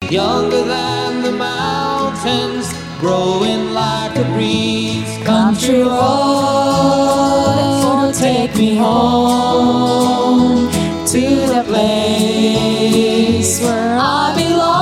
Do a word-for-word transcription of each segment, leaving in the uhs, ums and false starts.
younger than the mountains, growing like a breeze. Country road, take me home to the place where I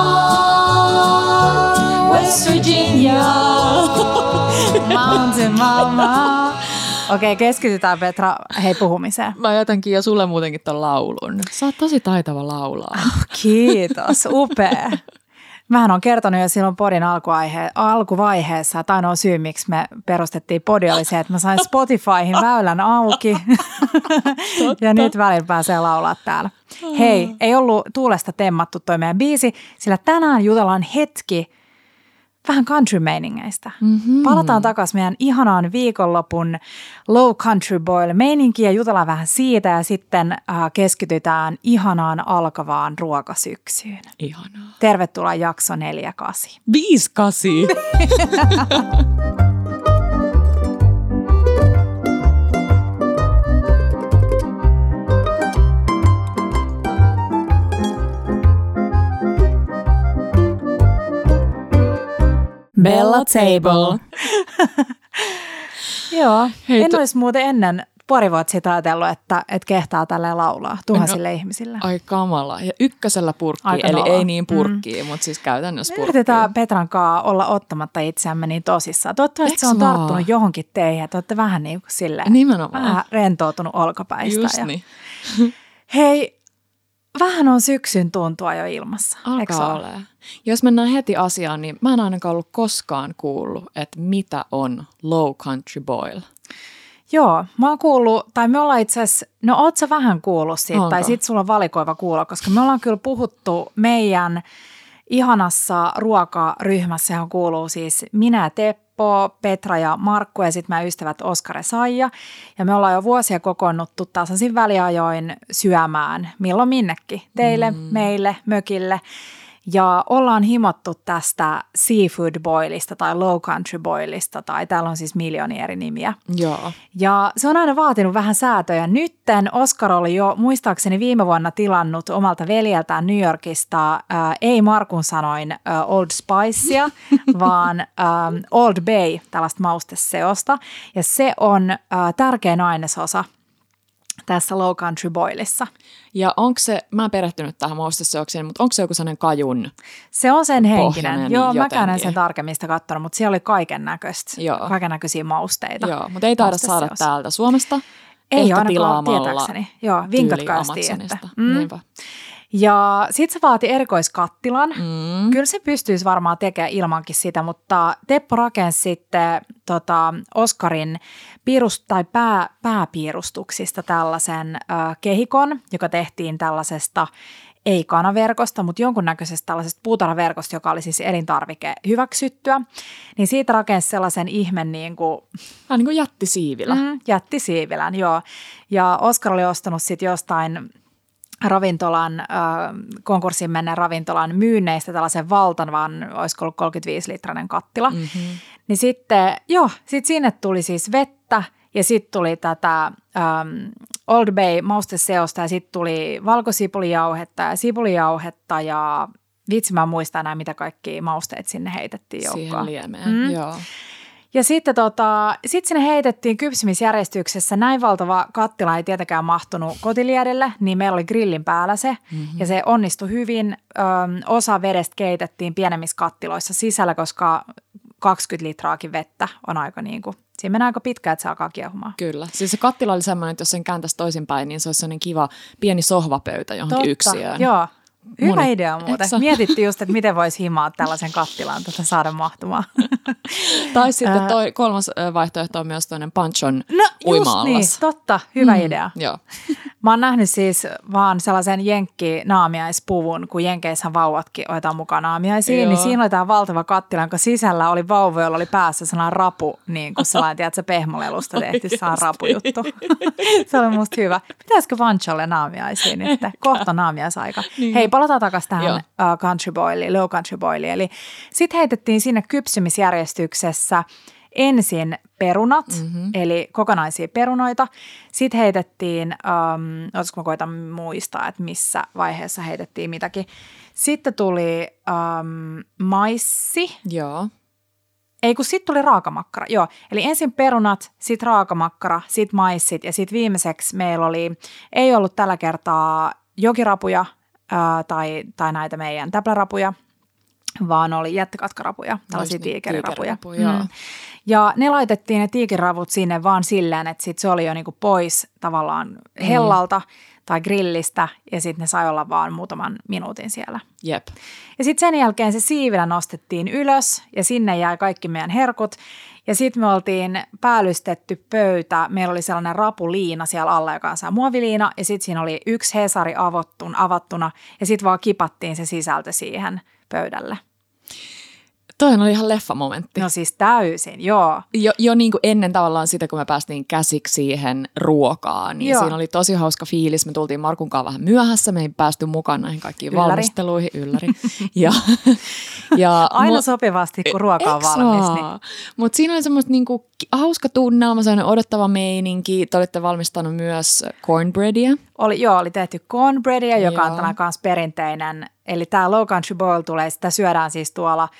belong, West Virginia, Mountain Mama. Okei, keskitytään Petra, hei puhumiseen. Mä jätänkin jo sulle muutenkin ton laulun. Sä oot tosi taitava laulaa. Oh, kiitos, upea. Mähän on kertonut jo silloin podin alkuaihe, alkuvaiheessa, että ainoa syy, miksi me perustettiin podi, oli se, että mä sain Spotifyhin väylän auki. Ja nyt välillä pääsee laulaa täällä. Hei, ei ollut tuulesta temmattu toi meidän biisi, sillä tänään jutellaan hetki vähän country-meiningeistä. Mm-hmm. Palataan takaisin meidän ihanaan viikonlopun low country boil meininkiin ja jutellaan vähän siitä ja sitten äh, keskitytään ihanaan alkavaan ruokasyksyyn. Ihanaa. Tervetuloa jakso neljä kasi. Viisi kasi. Bella Table. Joo, Hei, en to- olisi muuten ennen pari vuotta sitä ajatellut, että, että kehtaa tälleen laulaa tuhansille no, ihmisille. Ai kamala. Ja ykkösellä purkkiin, Aika eli nolo. ei niin purkkiin, mm. mutta siis käytännössä purkkiin. Yritetään Petran kanssa olla ottamatta itseämme niin tosissaan. Toivottavasti Eks se on vaan? tarttunut johonkin teihin, että olette vähän niin kuin silleen, Nimenomaan. vähän rentoutunut olkapäistä. Just ja... niin. Hei, vähän on syksyn tuntua jo ilmassa. Alkaa olemaan. Jos mennään heti asiaan, niin mä en ainakaan ollut koskaan kuullut, että mitä on low country boil. Joo, mä oon kuullut, tai me ollaan itse asiassa, no oot sä vähän kuullut siitä, Onko? tai sit sulla on valikoiva kuulla, koska me ollaan kyllä puhuttu meidän ihanassa ruokaryhmässä, johon kuuluu siis minä ja Teppo, Petra ja Markku ja sitten meidän ystävät Oskar ja Saija. Ja me ollaan jo vuosia kokoonnuttu tasaisin väliajoin syömään milloin minnekin, teille, mm. meille, mökille. Ja ollaan himottu tästä seafood boilista tai low country boilista, tai täällä on siis miljoonia eri nimiä. Joo. Ja se on aina vaatinut vähän säätöjä. Nytten Oskar oli jo muistaakseni viime vuonna tilannut omalta veljeltään New Yorkista, äh, ei Markun sanoin äh, Old Spicea, vaan äh, Old Bay, tällaista mausteseosta. Ja se on äh, tärkein ainesosa tässä low country boilissa. Ja onko se, mä oon perehtynyt tähän mausteseokseen, mutta onko se joku sellainen kajun? Se on sen henkinen. Pohjainen Joo, jotenkin. mäkään en sen tarkemmin sitä katsonut, mutta siellä oli kaiken näköistä, kaiken näköisiä mausteita. Joo, mutta ei taida saada täältä Suomesta. Ei Ehkä ainakaan tietääkseni. Joo, vinkatkaa tiedätte. Mm. Niinpä. Ja sit se vaati erikoiskattilan. Mm. Kyllä se pystyisi varmaan tekemään ilmankin sitä, mutta Teppo rakensi sitten tota, Oskarin piirust- tai pää, pääpiirustuksista tällaisen äh, kehikon, joka tehtiin tällaisesta ei kanaverkosta, mutta jonkunnäköisestä tällaisesta puutarhaverkosta, joka oli siis elintarvike hyväksyttyä. Niin siitä rakensi sellaisen ihmen niin kuin... Vähän niin kuin jättisiivilä. Mm, jättisiivilän, joo. Ja Oskar oli ostanut sitten jostain ravintolan, äh, konkurssiin menneen ravintolan myynneistä tällaisen valtavan, olisiko ollut kolmekymmentäviisi-litrainen kattila. Mm-hmm. Niin sitten, joo, sitten sinne tuli siis vettä ja sitten tuli tätä ähm, Old Bay mausteseosta ja sitten tuli valkosipulijauhetta ja sipulijauhetta ja vitsi mä muistan enää mitä kaikkia mausteet sinne heitettiin joukkoon. Siihen liemeen, mm. joo. Ja sitten tota, sit sinne heitettiin kypsymisjärjestyksessä. Näin valtava kattila ei tietenkään mahtunut kotiliedelle, niin meillä oli grillin päällä se. Mm-hmm. Ja se onnistui hyvin. Ö, osa vedestä keitettiin pienemmissä kattiloissa sisällä, koska kaksikymmentä litraakin vettä on aika niin kuin, siinä menee aika pitkään, että se alkaa kiehumaan. Kyllä. Siis se kattila oli semmoinen, että jos sen kääntäisi toisinpäin, niin se olisi sellainen kiva pieni sohvapöytä johonkin Totta, yksiöön. Joo. Hyvä Moni. idea muuten. Eksä? Mietittiin just, että miten voisi himaa tällaisen kattilaan tätä saada mahtumaan. Tai sitten toi kolmas vaihtoehto on myös toinen panchon no, uima-allas. Niin, totta. Hyvä mm, idea. Joo. Mä oon nähnyt siis vaan sellaisen jenkki-naamiaispuvun, kun jenkeissähän vauvatkin otetaan mukaan naamiaisiin, Joo. niin siinä oli tämä valtava kattila, jonka sisällä oli vauva, jolla oli päässä sellainen rapu, niin kuin sellainen, tiedätkö, pehmolelusta tehty sellainen rapujuttu. Se oli musta hyvä. Pitäisikö Vancholle naamiaisiin nyt? Kohta naamiaisaika. Niin. Hei, palataan takaisin tähän Joo. uh, country boiliin, low country boiliin. Eli sitten heitettiin sinne kypsymisjärjestyksessä ensin perunat, Mm-hmm. eli kokonaisia perunoita. Sitten heitettiin, um, olisiko mä koitan muistaa, että missä vaiheessa heitettiin mitäkin. Sitten tuli um, maissi. Joo. Ei kun sitten tuli raakamakkara, joo. Eli ensin perunat, sitten raakamakkara, sitten maissit ja sitten viimeiseksi meillä oli, ei ollut tällä kertaa jokirapuja ää, tai, tai näitä meidän täplärapuja, vaan oli jättikatkarapuja, tällaisia tiikerirapuja. Mm. Ja ne laitettiin ne tiikiravut sinne vaan silleen, että sit se oli jo niinku pois tavallaan hellalta mm. tai grillistä ja sitten ne sai olla vaan muutaman minuutin siellä. Jep. Ja sitten sen jälkeen se siivilä nostettiin ylös ja sinne jäi kaikki meidän herkut. Ja sitten me oltiin päällystetty pöytä. Meillä oli sellainen rapuliina siellä alla, joka on se muoviliina. Ja sitten siinä oli yksi Hesari avattun, avattuna ja sitten vaan kipattiin se sisältö siihen pöydälle. Toihan oli ihan leffamomentti. No siis täysin, joo. Jo, jo niin kuin ennen tavallaan sitä, kun me päästiin käsiksi siihen ruokaan, niin joo. Siinä oli tosi hauska fiilis. Me tultiin Markun kanssa vähän myöhässä, me ei päästy mukaan näihin kaikkiin ylläri. valmisteluihin. Ylläri. ja, ja, Aina mu- sopivasti, kun ruoka on valmis. Niin. Mutta siinä oli semmoista niinku hauska tunnelma, sellainen odottava meininki. Te olitte valmistanut myös cornbreadia. Oli, joo, oli tehty cornbreadia, joka joo. on tällainen kanssa perinteinen. Eli tämä Low Country Boil tulee, sitä syödään siis tuolla.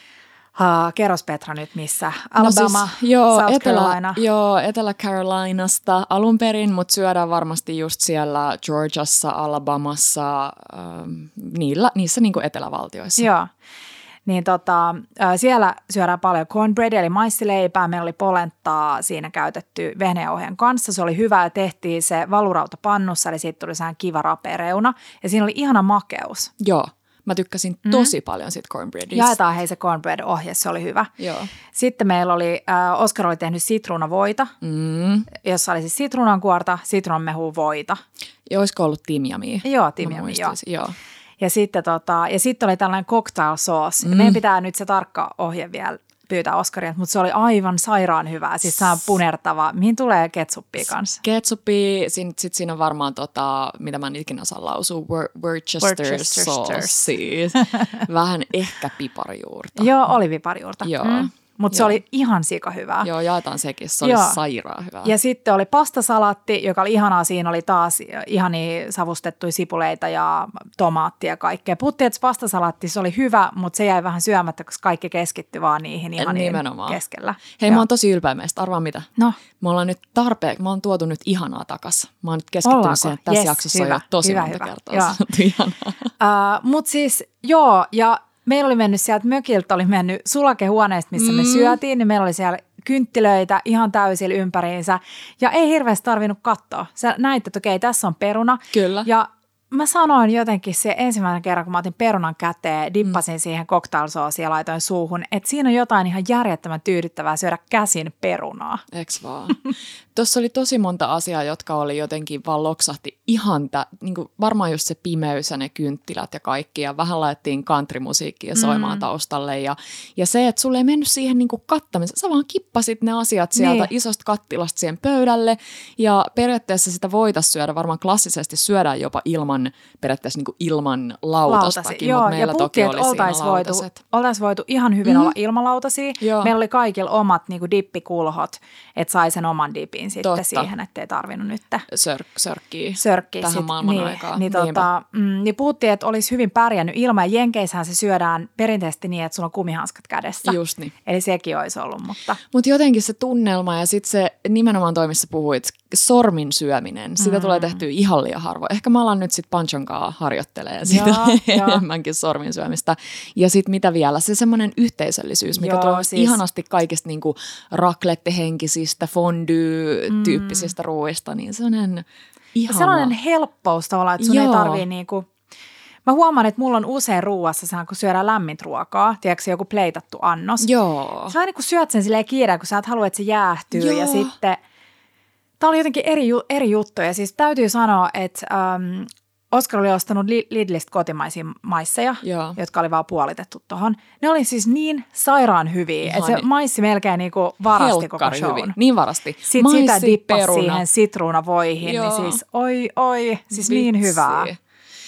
Uh, kerros Petra nyt missä? Alabama, no siis, joo, South Etelä, Carolina. Joo, Etelä-Carolinasta alun perin, mutta syödään varmasti just siellä Georgiassa, Alabamassa, ähm, niillä, niissä niinku etelävaltioissa. Joo, niin tota, siellä syödään paljon cornbreadia, eli maissileipää. Meillä oli polenttaa siinä käytetty vehnäjauheen kanssa. Se oli hyvä ja tehtiin se valurauta pannussa, eli siitä tuli sehän kiva rapea reuna. Ja siinä oli ihana makeus. Joo. Mä tykkäsin tosi mm. paljon siitä cornbreadista. Jaetaan hei se cornbread-ohje, se oli hyvä. Joo. Sitten meillä oli, äh, Oskar oli tehnyt sitruunavoita, mm. jossa oli siis sitruunankuorta, sitruunanmehuvoita. Ja olisiko ollut timjamia? Joo, timjamia, joo. joo. Ja sitten, tota, ja sitten oli tällainen cocktail sauce. Mm. Meidän pitää nyt se tarkka ohje vielä pyytää Oskaria, mutta se oli aivan sairaan hyvää. Siis se on punertava. Mihin tulee ketsuppia kanssa? Ketsuppia, sitten siinä on varmaan, tota, mitä mä en ikinä saa lausua, Worcester, Worcester sauce. Vähän ehkä piparijuurta. Joo, oli piparijuurta. Joo. Mm. Mutta se oli ihan sika hyvää. Joo, jaetaan sekin. Se oli Joo. sairaan hyvää. Ja sitten oli pastasalaatti, joka oli ihanaa. Siinä oli taas ihania savustettuja sipuleita ja tomaattia ja kaikkea. Puhuttiin, että pastasalaatti se oli hyvä, mutta se jäi vähän syömättä, koska kaikki keskittyi vaan niihin ihaniin keskellä. Hei, Joo. mä oon tosi ylpeä meistä. Arvaa mitä? No. Me ollaan nyt tarpeen, mä oon tuotu nyt ihanaa takas. Mä oon nyt keskittynyt siihen, että tässä yes, jaksossa hyvä, on jo tosi hyvä, monta hyvä. kertaa sanottu ihanaa. Uh, mutta siis, joo, ja meillä oli mennyt sieltä mökiltä, oli mennyt sulakehuoneesta, missä mm. me syötiin, niin meillä oli siellä kynttilöitä ihan täysillä ympäriinsä. Ja ei hirveästi tarvinnut katsoa. Sä näit, että okei, tässä on peruna. Kyllä. Ja mä sanoin jotenkin se ensimmäisen kerran, kun mä otin perunan käteen, dippasin mm. siihen cocktail-soosia ja laitoin suuhun, että siinä on jotain ihan järjettömän tyydyttävää syödä käsin perunaa. Eks vaan? Tuossa oli tosi monta asiaa, jotka oli jotenkin vaan loksahti ihan, tä, niin kuin varmaan just se pimeys ja ne kynttilät ja kaikki. Ja vähän laitettiin countrymusiikkia soimaan mm. taustalle. Ja, ja se, että sulle ei mennyt siihen niin kuin kattamiseen. Sä vaan kippasit ne asiat sieltä niin. isosta kattilasta siihen pöydälle. Ja periaatteessa sitä voitaisiin syödä, varmaan klassisesti syödään jopa ilman, periaatteessa niin kuin ilman lautastakin. Joo, mutta meillä ja toki oli siinä voitu, oltaisiin voitu ihan hyvin mm. olla ilman lautasia. Joo. Meillä oli kaikilla omat niin kuin dippikulhot, että sai sen oman dipin sitten Totta. siihen, ettei tarvinnut nyt Sör, sörkkiä, sörkkiä tähän sit, maailman niin, aikaan. Niin, tota, mm, niin puhuttiin, että olisi hyvin pärjännyt ilman. Ja Jenkeissähän se syödään perinteisesti niin, että sulla on kumihanskat kädessä. Just niin. Eli sekin olisi ollut, mutta... Mutta jotenkin se tunnelma ja sitten se nimenomaan toimissa puhuit, sormin syöminen, sitä mm. tulee tehtyä ihan liian harvoin. Ehkä mä alan nyt sitten Panchonkaa harjoittelemaan sitä joo, enemmänkin sormin syömistä. Ja sitten mitä vielä, se semmoinen yhteisöllisyys, mikä joo, tulee siis... ihanasti kaikista niinku raclette-henkisistä, fondue-tyyppisistä mm. ruuista, niin se on ihana. Sellainen helppous tavallaan, että sun joo. ei tarvii niinku... Mä huomaan, että mulla on usein ruuassa, kun syödään lämmintä ruokaa, tiedätkö joku pleitattu annos. Joo. Se on niin kuin syöt sen silleen kiireen, kun sä et halua, että se jäähtyy joo. ja sitten... Tämä oli jotenkin eri, eri juttu ja siis täytyy sanoa, että ähm, Oskar oli ostanut Lidlistä kotimaisia maisseja, Joo. jotka oli vaan puolitettu tuohon. Ne oli siis niin sairaan hyviä, että se maissi melkein niinku varasti Helkkari koko shown. Hyvin. Niin varasti. Sitten maissi, sitä dippasi siihen sitruunavoihin, Joo. niin siis oi oi, siis Vitsi. Niin hyvää.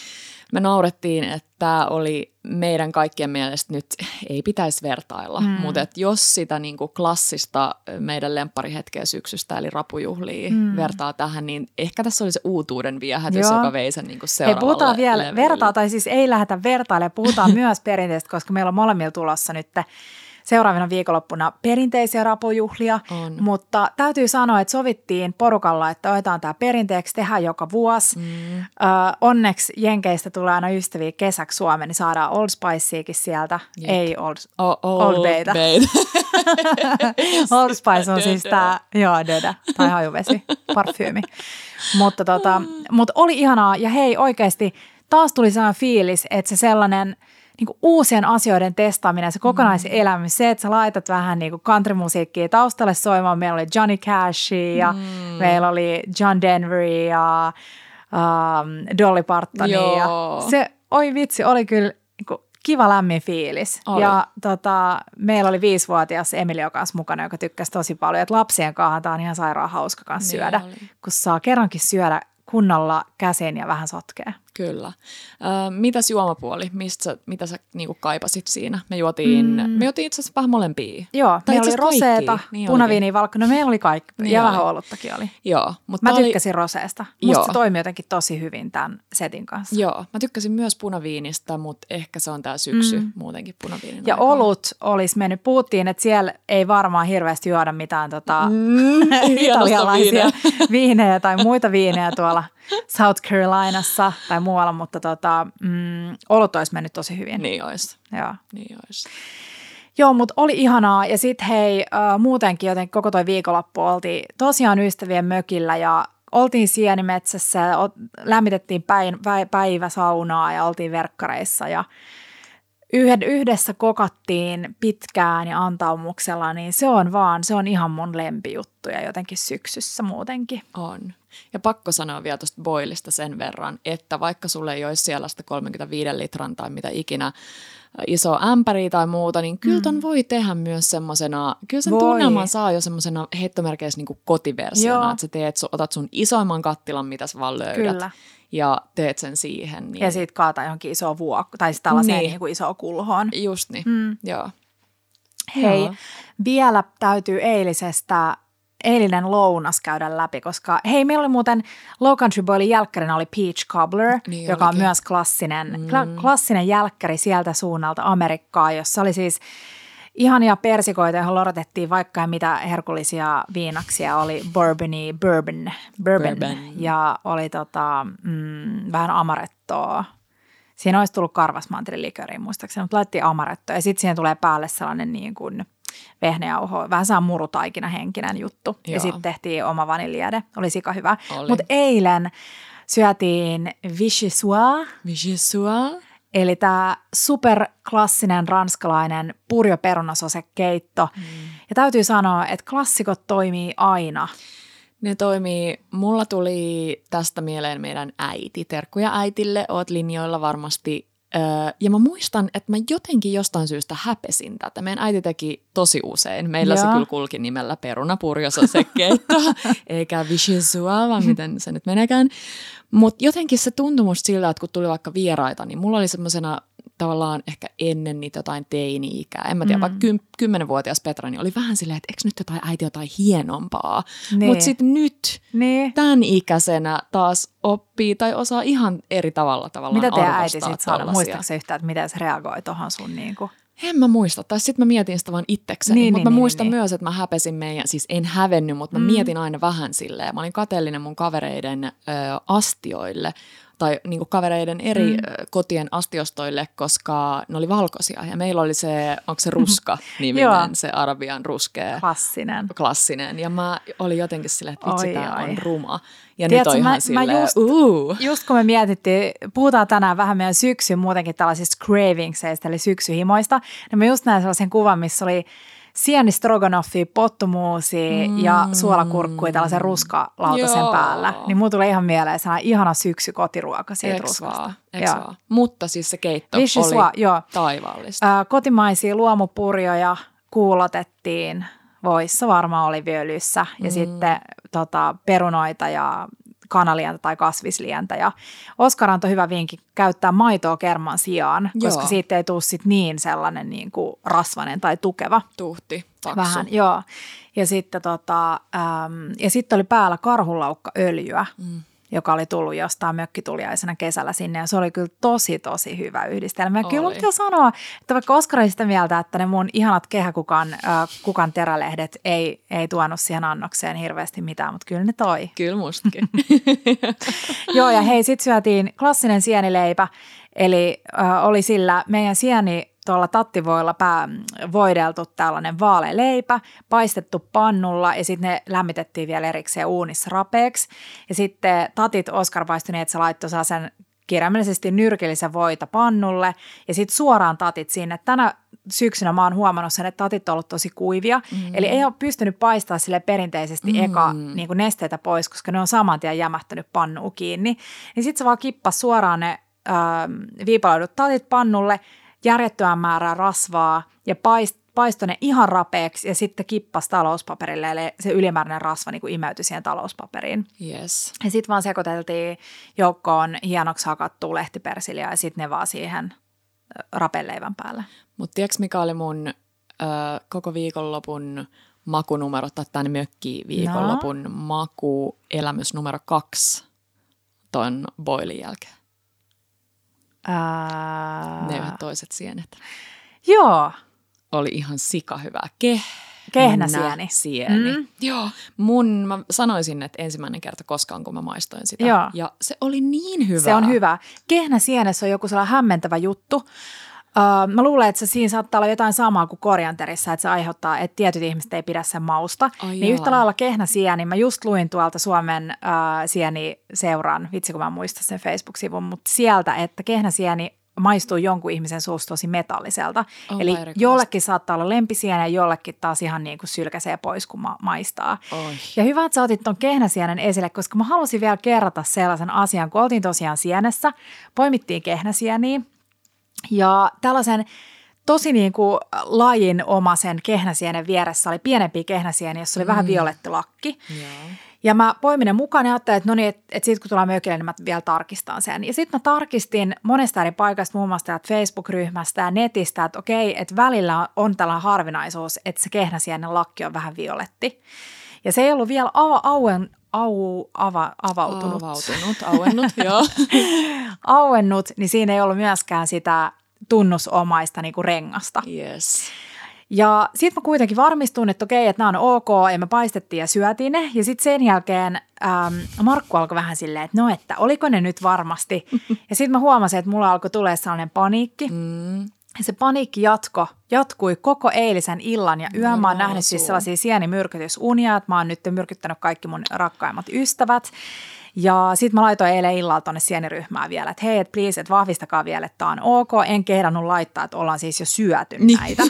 me naurettiin, että tämä oli meidän kaikkien mielestä nyt ei pitäisi vertailla, mm. mutta että jos sitä niin kuin klassista meidän lempparihetkeä syksystä, eli rapujuhlia, mm. vertaa tähän, niin ehkä tässä oli se uutuuden viehätys, Joo. joka vei sen niin kuin seuraavalle Hei, puhutaan vielä levylle. vertaa, tai siis ei lähdetä vertailemaan, puhutaan myös perinteistä, koska meillä on molemmilla tulossa nyt seuraavana viikonloppuna perinteisiä rapujuhlia, on. Mutta täytyy sanoa, että sovittiin porukalla, että otetaan tämä perinteeksi, tehdään joka vuosi. Mm. Ö, onneksi Jenkeistä tulee aina ystäviä kesäksi Suomeen, niin saadaan Old Spiceakin sieltä, Jep. ei Old, o- old, old Baytä. Old Spice on siis tämä, joo, dödä, tai hajuvesi, parfyymi. mutta, tota, mutta oli ihanaa, ja hei oikeasti taas tuli sellainen fiilis, että se sellainen niin kuin uusien asioiden testaaminen, se kokonaiselämys, se, että sä laitat vähän niin kuin countrymusiikkia taustalle soimaan. Meillä oli Johnny Cash ja mm. meillä oli John Denver ja um, Dolly Parton. Ja se, oi vitsi, oli kyllä niin kuin kiva lämmin fiilis. Oli. Ja tota, meillä oli viisivuotias Emilia kanssa mukana, joka tykkäsi tosi paljon. Että lapsien kanssa tämä on ihan sairaan hauska kanssa niin syödä, oli. Kun saa kerrankin syödä kunnolla käsin ja vähän sotkea. Kyllä. Äh, mitäs juomapuoli? Mistä sä, mitä sä niinku kaipasit siinä? Me juotiin, mm. me juotiin itse asiassa vähän molempia. Joo, tai meillä oli roseeta, niin punaviini, valkoinen. No meillä oli kaikki, niin ja oli. Vähän oluttakin oli. Joo. Mutta mä oli... tykkäsin roseesta. Musta Joo. se toimi jotenkin tosi hyvin tämän setin kanssa. Joo, mä tykkäsin myös punaviinistä, mutta ehkä se on tää syksy mm. muutenkin punaviinin ja aikaa. Olut olisi mennyt. Puhuttiin, että siellä ei varmaan hirveästi juoda mitään tota, mm, italialaisia viinejä tai muita viinejä tuolla South Carolinassa tai muualla, mutta tota, mm, olut olisi mennyt tosi hyvin. Niin olisi. Joo. Niin olisi. Joo, mutta oli ihanaa. Ja sitten hei, äh, muutenkin jotenkin koko toi viikonloppu oltiin tosiaan ystävien mökillä ja oltiin sienimetsässä, lämmitettiin päin, päiväsaunaa ja oltiin verkkareissa ja yhdessä kokattiin pitkään ja antaumuksella, niin se on vaan, se on ihan mun lempijuttuja jotenkin syksyssä muutenkin. On. Ja pakko sanoa vielä tuosta boilista sen verran, että vaikka sulle ei olisi siellä sitä kolmekymmentäviisi litran tai mitä ikinä iso ämpäri tai muuta, niin kyllä ton mm. voi tehdä myös semmosena, kyllä sen voi. Tunnelman saa jo semmosena heittomerkeissä niin kotiversiona, Joo. että sä teet, otat sun isoimman kattilan, mitä sä vaan löydät. Kyllä. Ja teet sen siihen. Niin... Ja sitten kaataa johonkin isoon vuokko, tai sitten tällaiseen niin. Niin isoon kulhoon. Just niin, mm. joo. Hei, joo. vielä täytyy eilisestä, eilinen lounas käydä läpi, koska hei, meillä oli muuten Low Country Boilin jälkkärinä oli Peach Cobbler, niin joka olikin. On myös klassinen, mm. klassinen jälkkäri sieltä suunnalta Amerikkaa, jossa oli siis ihania persikoita, johon lorotettiin vaikka mitä herkullisia viinaksia, oli bourboni, bourbon, bourbon, bourbon. Ja oli tota, mm, vähän amarettoa. Siinä olisi tullut karvasmanteliliköriä muistaakseni, mutta laitettiin amarettoa ja sitten siihen tulee päälle sellainen niin kuin vehnäjauho, vähän saa murutaikina henkinen juttu. Joo. Ja sitten tehtiin oma vanilliede, oli sika hyvä. Mutta eilen syötiin vichyssoise. Vichyssoise. Eli tämä superklassinen ranskalainen purjoperunasosekeitto. Mm. Ja täytyy sanoa, että klassikot toimii aina. Ne toimii. Mulla tuli tästä mieleen meidän äiti. Terkkuja äitille, oot linjoilla varmasti. Öö, ja mä muistan, että mä jotenkin jostain syystä häpesin tätä. Meidän äiti teki tosi usein. Meillä Joo. se kyllä kulki nimellä perunapurjososekeitto, eikä vichyssoise, vaan miten se nyt menekään. Mutta jotenkin se tuntui musta siltä, että kun tuli vaikka vieraita, niin mulla oli semmoisena tavallaan ehkä ennen niitä jotain teini-ikää. En mä tiedä, mm. vaikka ky- kymmenvuotias Petra, niin oli vähän silleen, että eikö nyt jotain äiti jotain hienompaa. Niin. Mutta sitten nyt niin. tämän ikäisenä taas oppii tai osaa ihan eri tavalla tavallaan mitä teidän äiti sitten sanoi? Muistatko se yhtään, että miten se reagoi tuohon sun niinku? En mä muista. Tai sitten mä mietin sitä vaan itsekseni. Niin, mutta niin, mä niin, muistan niin. myös, että mä häpesin meidän, siis en hävennyt, mutta mä mm. mietin aina vähän silleen. Mä olin kateellinen mun kavereiden ö, astioille tai niinku kavereiden eri mm. kotien astiostoille, koska ne oli valkoisia. Ja meillä oli se, onko se ruska-niminen, se arabian ruskea. Klassinen. Klassinen. Ja mä olin jotenkin silleen, että vitsi, tää on ruma. Ja Tiedätkö, nyt on ihan mä, silleen, mä just, uh. just kun me mietittiin, puhutaan tänään vähän meidän syksyn muutenkin tällaisista cravingsista, eli syksyhimoista, niin mä just näin sellaisen kuvan, missä oli sieni stroganoffia, pottumuusia mm. ja suolakurkkuja tällaisen ruskalautaseen Joo. päällä. Niin mulla tulee ihan mieleen sellainen ihana syksy kotiruoka siitä Eks ruskasta. Vaan, eks vaan. Mutta siis se keitto Vichyssoise, oli joo. taivaallista. Äh, kotimaisia luomupurjoja kuulotettiin voissa, varmaan oliviöljyssä ja mm. sitten tota, perunoita ja kanalientä tai kasvislientä. Ja Oskar antoi hyvä vinkki käyttää maitoa kerman sijaan, koska joo. siitä ei tule sit niin sellainen niin kuin rasvainen tai tukeva. Tuhti, paksu. Vähän, joo. Ja sitten tota, äm, ja sitten oli päällä karhunlaukkaöljyä, mm. joka oli tullut jostain mökkituliaisena kesällä sinne. Ja se oli kyllä tosi, tosi hyvä yhdistelmä. Ja kyllä mun pitää sanoa, että vaikka Oskar oli sitä mieltä, että ne mun ihanat kehäkukan äh, kukan terälehdet ei, ei tuonut siihen annokseen hirveästi mitään, mutta kyllä ne toi. Kyllä mustakin. Joo, ja hei, sit syötiin klassinen sienileipä, eli äh, oli sillä meidän sieni tuolla tattivoilla pää, voideltu tällainen vaalea leipä, paistettu pannulla ja sitten ne lämmitettiin vielä erikseen uunissa rapeeksi. Ja sitten tatit Oskar paistui niin, että se laittoi sen kirjaimellisesti nyrkillisen voita pannulle ja sitten suoraan tatit sinne. Tänä syksynä mä oon huomannut sen, että tatit on ollut tosi kuivia, mm. eli ei ole pystynyt paistamaan sille perinteisesti mm. eka niin kuin nesteitä pois, koska ne on saman tien jämähtänyt pannuun kiinni. Niin sitten se vaan kippas suoraan ne äh, viipaloidut tatit pannulle, järjettömän määrää rasvaa ja paist, paistoi ne ihan rapeeksi ja sitten kippas talouspaperille, eli se ylimääräinen rasva niin kuin imeytyi siihen talouspaperiin. Yes. Ja sitten vaan sekoiteltiin joukkoon hienoksi hakattua lehtipersiliä ja sitten ne vaan siihen rapeleivän päälle. Mutta tiedätkö mikä oli mun ö, koko viikonlopun makunumero tai tämän mökki viikonlopun no. makuelämys numero kaksi ton boilin jälkeen? Ää... Ne yhdet toiset sienet. Joo. Oli ihan sika hyvä. Ke- Kehnäsieni. Sieni. Mm. Joo. Mun, mä sanoisin, että ensimmäinen kerta koskaan, kun mä maistoin sitä. Joo. Ja se oli niin hyvä. Se on hyvä. Kehnäsienessä on joku sellainen hämmentävä juttu. Uh, mä luulen, että se siinä saattaa olla jotain samaa kuin korianterissa, että se aiheuttaa, että tietyt ihmiset ei pidä sen mausta. Ai niin jaa. Yhtä lailla kehnäsieni. Mä just luin tuolta Suomen uh, sieni-seuran, vitsi kun mä muistan sen Facebook-sivun, mutta sieltä, että kehnäsieni maistuu jonkun ihmisen suusta tosi metalliselta. Oh, eli erikoista. Jollekin saattaa olla lempisieni ja jollekin taas ihan niin kuin sylkäsee pois, kun ma- maistaa. Oi. Ja hyvä, että sä otit ton kehnäsienen esille, koska mä halusin vielä kerrata sellaisen asian, kun oltiin tosiaan sienessä, poimittiin kehnäsieniä ja tällaisen tosi niin kuin lajinomaisen kehnäsienen vieressä oli pienempi kehnäsieni, jossa oli mm. vähän violetti lakki. Yeah. Ja mä poimin ne mukaan ja ajattelin, että no niin, että, että sitten kun tullaan mökille, niin mä vielä tarkistan sen. Ja sitten mä tarkistin monesta eri paikasta, muun muassa täältä Facebook-ryhmästä ja netistä, että okei, että välillä on tällainen harvinaisuus, että se kehnäsienen lakki on vähän violetti. Ja se ei ollut vielä au, auen, au, ava, avautunut. Avautunut, auennut, joo. Auennut, niin siinä ei ollut myöskään sitä tunnusomaista niin kuin rengasta. Yes. Ja sitten mä kuitenkin varmistuin, että okei, että nämä on ok, ja me paistettiin ja syötiin ne. Ja sitten sen jälkeen äm, Markku alkoi vähän silleen, että no, että oliko ne nyt varmasti. Ja sitten mä huomasin, että mulla alkoi tulee sellainen paniikki. Mm. Ja se paniikki jatko, jatkui koko eilisen illan ja yön. Mä oon nähnyt siis sellaisia sienimyrkytysunia, että mä oon nyt myrkyttänyt kaikki mun rakkaimmat ystävät. Ja sitten mä laitoin eilen illalla tuonne sieniryhmään vielä, että hei, että please, että vahvistakaa vielä, että tämä on ok. En kehdannut laittaa, että ollaan siis jo syöty niin. näitä.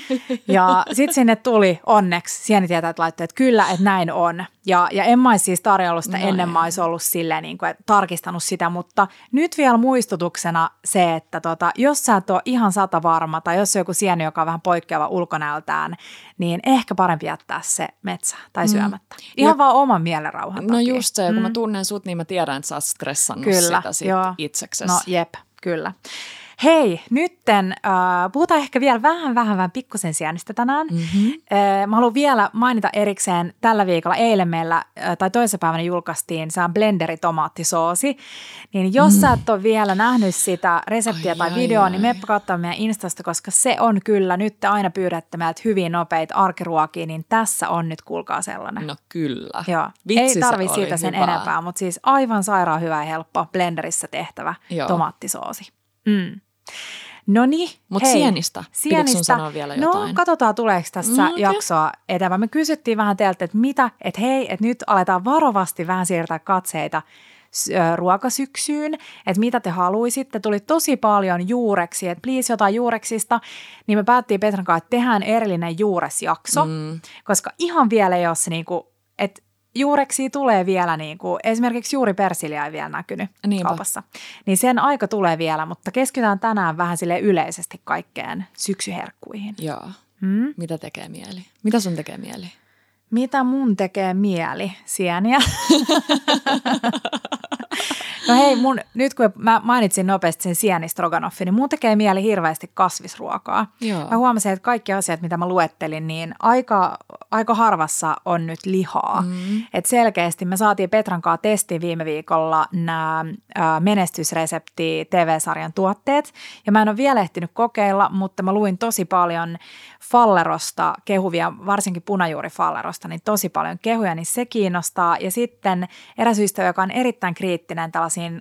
Ja sitten sinne tuli onneksi sienitietäjät laittoi, että kyllä, että näin on. Ja, ja en mä olisi siis tarjollut sitä no, ennen, mä olisi ollut silleen, niin kuin, että tarkistanut sitä. Mutta nyt vielä muistutuksena se, että tota, jos sä et ole ihan sata varma tai jos on joku sieni, joka on vähän poikkeava ulkonäöltään, niin ehkä parempi jättää se metsä tai syömättä. Mm. Ihan ja, vaan oman mielenrauhan No takia. just se, kun mm. mä tunnen sut, niin mä tiedän, että sä oot stressannut kyllä, sitä sit itseksesi. No jep, kyllä. Hei, nytten äh, puhutaan ehkä vielä vähän, vähän, vähän pikkusen sienistä tänään. Mm-hmm. Äh, mä haluan vielä mainita erikseen tällä viikolla, eilen meillä, äh, tai toisessa päivänä julkaistiin, se on blenderi-tomaattisoosi. Niin jos mm. sä et ole vielä nähnyt sitä reseptiä ai, tai videoa, ai, niin meppä katsoa meidän Instasta, koska se on kyllä, nyt te aina pyydätte meiltä hyvin nopeita arkiruokia, niin tässä on nyt, kuulkaa sellainen. No kyllä. Joo. Vitsi, ei tarvitse siitä sen hyvä. enempää, mutta siis aivan sairaan hyvä ja helppo blenderissä tehtävä Joo. tomaattisoosi. Mm. No niin, Mutta sienistä, sienistä. Pidätkö sun sanoa vielä jotain? No katsotaan, tuleeko tässä no, okay. jaksoa eteenpäin. Me kysyttiin vähän teiltä, että mitä, että hei, että nyt aletaan varovasti vähän siirtää katseita ruokasyksyyn, että mitä te haluaisitte. Tuli tosi paljon juureksi, että please jotain juureksista, niin me päättiin Petran kanssa, että tehdään erillinen juuresjakso, mm. koska ihan vielä ei ole se niinku, että juureksia tulee vielä, niin kuin, esimerkiksi juuri persiliä ei vielä näkynyt Niinpä. kaupassa. Niin sen aika tulee vielä, mutta keskitytään tänään vähän sille yleisesti kaikkeen syksyherkkuihin. Joo. Hmm? Mitä tekee mieli? Mitä sun tekee mieli? Mitä mun tekee mieli? Sieniä. No hei, mun, nyt kun mä mainitsin nopeasti sen sienistroganoffin, niin mun tekee mieli hirveästi kasvisruokaa. Joo. Mä huomasin, että kaikki asiat, mitä mä luettelin, niin aika, aika harvassa on nyt lihaa. Mm. Et selkeästi me saatiin Petran kanssa testiin viime viikolla nämä menestysresepti T V-sarjan tuotteet. Ja mä en ole vielä ehtinyt kokeilla, mutta mä luin tosi paljon fallerosta kehuvia, varsinkin punajuurifallerosta, niin tosi paljon kehuja, niin se kiinnostaa. Ja sitten eräs ystävä, joka on erittäin kriittinen tällaisiin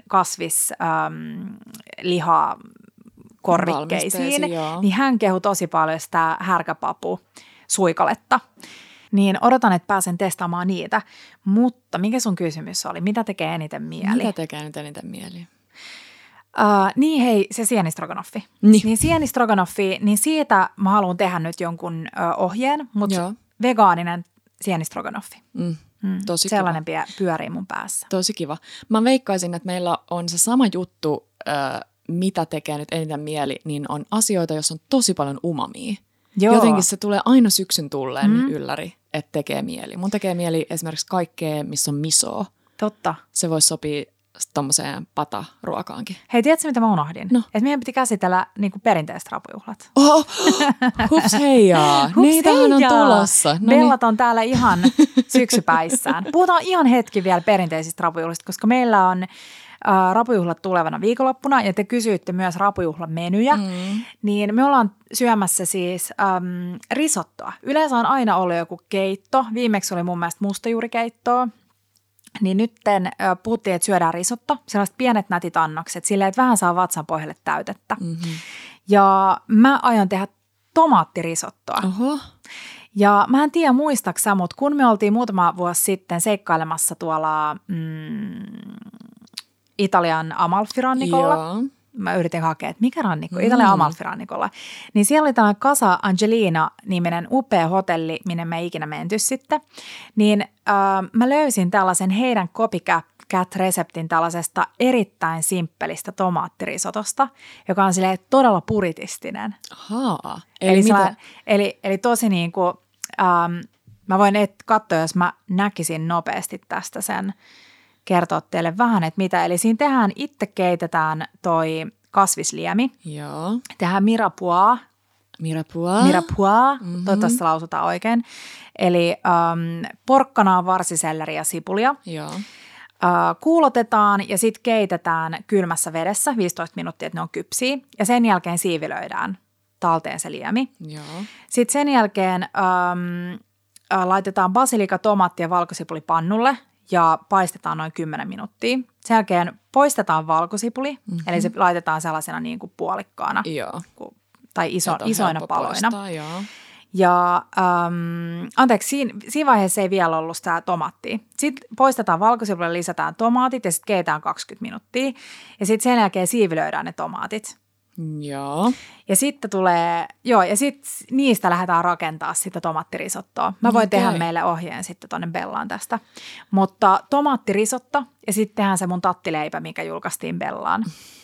kasvislihakorvikkeisiin, niin hän kehui tosi paljon sitä härkäpapu suikaletta. Niin odotan, että pääsen testaamaan niitä. Mutta mikä sun kysymys oli? Mitä tekee eniten mieli? Mitä tekee nyt eniten mieli? Uh, niin hei, se sienistroganofi. Niin. Niin sienistroganofi, niin siitä mä haluan tehdä nyt jonkun uh, ohjeen, mutta Joo. vegaaninen sienistroganofi. Mm. Mm, tosi Sellainen kiva. pyörii mun päässä. Tosi kiva. Mä veikkaisin, että meillä on se sama juttu, äh, mitä tekee nyt eniten mieli, niin on asioita, joissa on tosi paljon umamia. Joo. Jotenkin se tulee aina syksyn tulleen mm. ylläri, että tekee mieli. Mun tekee mieli esimerkiksi kaikkea, missä on misoa. Totta. Se voisi sopia tommoseen pataruokaankin. Hei, tiedätkö mitä mä unohdin? No. Että meidän piti käsitellä niin kuin perinteiset rapujuhlat. Oh, hups heijaa. Niitähän on tulossa. No Bellat on täällä ihan syksypäissään. Puhutaan ihan hetki vielä perinteisistä rapujuhlista, koska meillä on äh, rapujuhlat tulevana viikonloppuna ja te kysyitte myös rapujuhlamenyjä. Mm. Niin me ollaan syömässä siis ähm, risottoa. Yleensä on aina ollut joku keitto. Viimeksi oli mun mielestä mustajuurikeittoa. Niin nytten puhuttiin, että syödään risotto, sellaiset pienet nätit annokset, silleen, että vähän saa vatsan pohjalle täytettä. Mm-hmm. Ja mä aion tehdä tomaattirisottoa. Oho. Ja mä en tiedä muistaaksä, mutta kun me oltiin muutama vuosi sitten seikkailemassa tuolla mm, Italian Amalfi-rannikolla. Joo. Mä yritin hakea, että mikä rannikko, mm. Italian Amalfi-rannikolla. Niin siellä oli tällainen Casa Angelina-niminen upea hotelli, minne me ei ikinä menty sitten. Niin äh, mä löysin tällaisen heidän copycat-reseptin tällaisesta erittäin simppelistä tomaattirisotosta, joka on silleen todella puritistinen. Ahaa. Eli, eli, mitä? eli, eli tosi niin kuin, ähm, mä voin et katsoa, jos mä näkisin nopeasti tästä sen, kertoa teille vähän, että mitä. Eli siinä tehdään, itse keitetään toi kasvisliemi. Joo. Tehdään mirapois. Mirapois. Mirapois, mm-hmm. toivottavasti lausutaan oikein. Eli um, porkkanaa, varsiselleria ja sipulia. Joo. Uh, kuulotetaan ja sitten keitetään kylmässä vedessä viisitoista minuuttia, että ne on kypsiä. Ja sen jälkeen siivilöidään talteen se liemi. Joo. Sitten sen jälkeen um, uh, laitetaan basilika, tomaatti ja valkosipuli pannulle. Ja paistetaan noin kymmenen minuuttia. Sen jälkeen poistetaan valkosipuli, mm-hmm. eli se laitetaan sellaisena niin kuin puolikkaana joo. tai iso, isoina paloina. Poistaa, joo. Ja ähm, anteeksi, siinä, siinä vaiheessa ei vielä ollut sitä tomaattia. Sitten poistetaan valkosipuli, lisätään tomaatit ja sitten keitetään kaksikymmentä minuuttia. Ja sitten sen jälkeen siivilöidään ne tomaatit. Joo. Ja sitten tulee, joo, ja sitten niistä lähdetään rakentaa sitä tomaattirisottoa. Mä voin okay. tehdä meille ohjeen sitten tonne Bellaan tästä. Mutta tomaattirisotto ja sitten tehdään se mun tattileipä, mikä julkaistiin Bellaan.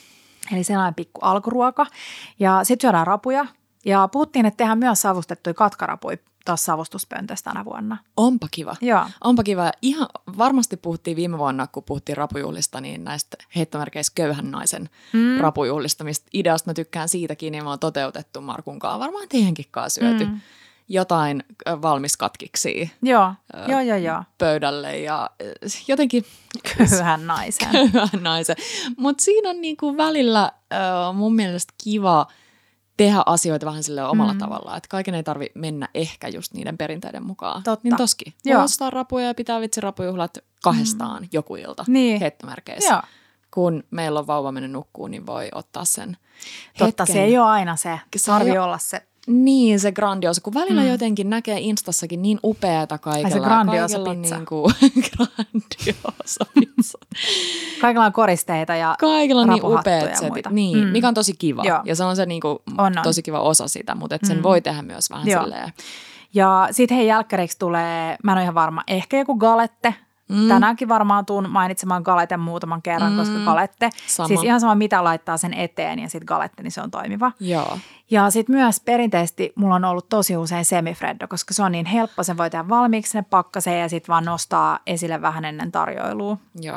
Eli sellainen pikku alkuruoka. Ja sitten syödään rapuja. Ja puhuttiin, että tehdään myös savustettuja katkarapuja tuossa savustuspöntössä tänä vuonna. Onpa kiva. Joo. Onpa kiva. Ihan varmasti puhuttiin viime vuonna, kun puhuttiin rapujuhlista, niin näistä heittomerkeissä köyhän naisen mm. rapujuhlista, mistä ideasta mä tykkään siitäkin, niin mä oon toteutettu Markun kanssa. Varmaan teidänkin kanssa syöty mm. jotain valmis katkiksi joo. Joo, joo, joo. pöydälle ja jotenkin köyhän naisen. Köyhän naisen. Mutta siinä on niinku välillä äh, mun mielestä kiva tehdä asioita vähän sille omalla mm. tavallaan, että kaiken ei tarvi mennä ehkä just niiden perinteiden mukaan. Totta. Niin toskin. Voi ostaa rapuja ja pitää vitsi rapujuhlat kahdestaan mm. joku ilta niin. heittomerkeissä. Joo. Kun meillä on vauva mennyt nukkuun, niin voi ottaa sen Totta, hetken. se ei ole aina se. Se tarvii olla se. Niin, se grandiosa. Kun välillä mm. jotenkin näkee Instassakin niin upeata kaikella. Ai se grandiosa pizza. Niin kuin, grandiosa pizza. Kaikilla on koristeita ja kaikilla on niin upeat ja muita. Niin, mm. mikä on tosi kiva. Joo. Ja se on se niin kuin, on, on. tosi kiva osa sitä, mutta et sen mm. voi tehdä myös vähän Joo. silleen. Ja sitten hei jälkkäriksi tulee, mä en ole ihan varma, ehkä joku galette. Mm. Tänäänkin varmaan tuun mainitsemaan galeten muutaman kerran, mm. koska galette, sama. Siis ihan sama mitä laittaa sen eteen ja sitten galette, niin se on toimiva. Joo. Ja sitten myös perinteisesti mulla on ollut tosi usein semifreddo, koska se on niin helppo, sen voi tehdä valmiiksi sinne pakkaseen ja sitten vaan nostaa esille vähän ennen tarjoilua. Joo.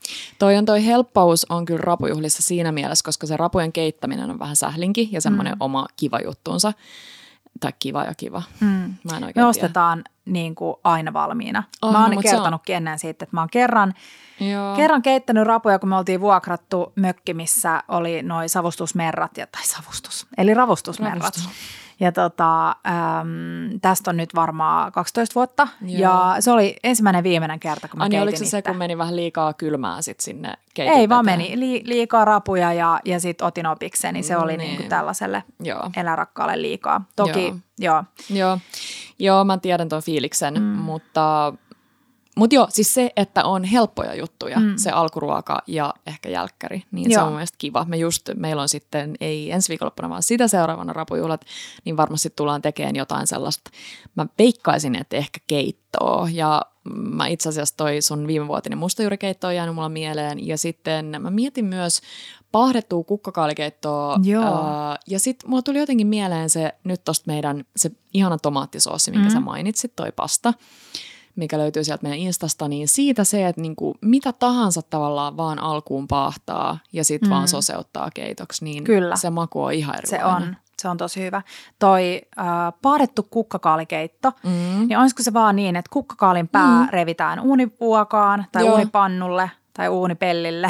Toi on toi helppous on kyllä rapujuhlissa siinä mielessä, koska se rapujen keittäminen on vähän sählinki ja semmoinen mm. oma kiva juttuunsa. Tai kiva ja kiva. Mm. Mä en oikein Me ostetaan niin kuin aina valmiina. Oh, mä oon no, kertonutkin on... ennen siitä, että mä oon kerran, kerran keittänyt rapuja, kun me oltiin vuokrattu mökki, missä oli noi savustusmerrat, ja, tai savustus, eli ravustusmerrat. Ravustus. Ja tota, äm, tästä on nyt varmaan kaksitoista vuotta. Joo. Ja se oli ensimmäinen viimeinen kerta, kun mä Ai, keitin oliko se se, kun meni vähän liikaa kylmää sit sinne keitin Ei, veteen? vaan meni li, liikaa rapuja ja, ja sitten otin opikseen, niin se mm, oli niin. Niinku tällaiselle joo. elärakkaalle liikaa. Toki, joo. Joo, joo. joo mä tiedän ton fiiliksen, mm. mutta... Mutta joo, siis se, että on helppoja juttuja, mm. se alkuruoka ja ehkä jälkkäri, niin joo. se on mun mielestä kiva. Me just, meillä on sitten, ei ensi viikonloppuna, vaan sitä seuraavana rapujuhlat, niin varmasti tullaan tekemään jotain sellaista. Mä veikkaisin, että ehkä keittoa ja mä itse asiassa toi sun viimevuotinen mustajuurikeitto on jäänyt mulla mieleen ja sitten mä mietin myös paahdettua kukkakaalikeittoa ää, ja sitten mulla tuli jotenkin mieleen se nyt tosta meidän se ihana tomaattisoosi, minkä mm. sä mainitsit, toi pasta, mikä löytyy sieltä meidän Instasta, niin siitä se, että niinku mitä tahansa tavallaan vaan alkuun paahtaa ja sitten mm. vaan soseuttaa keitoksi, niin Kyllä. se maku on ihan erilainen. Se on, se on tosi hyvä. Toi äh, paahdettu kukkakaalikeitto, mm. niin olisiko se vaan niin, että kukkakaalin pää mm. revitään uunivuokaan tai Joo. uunipannulle tai uunipellille.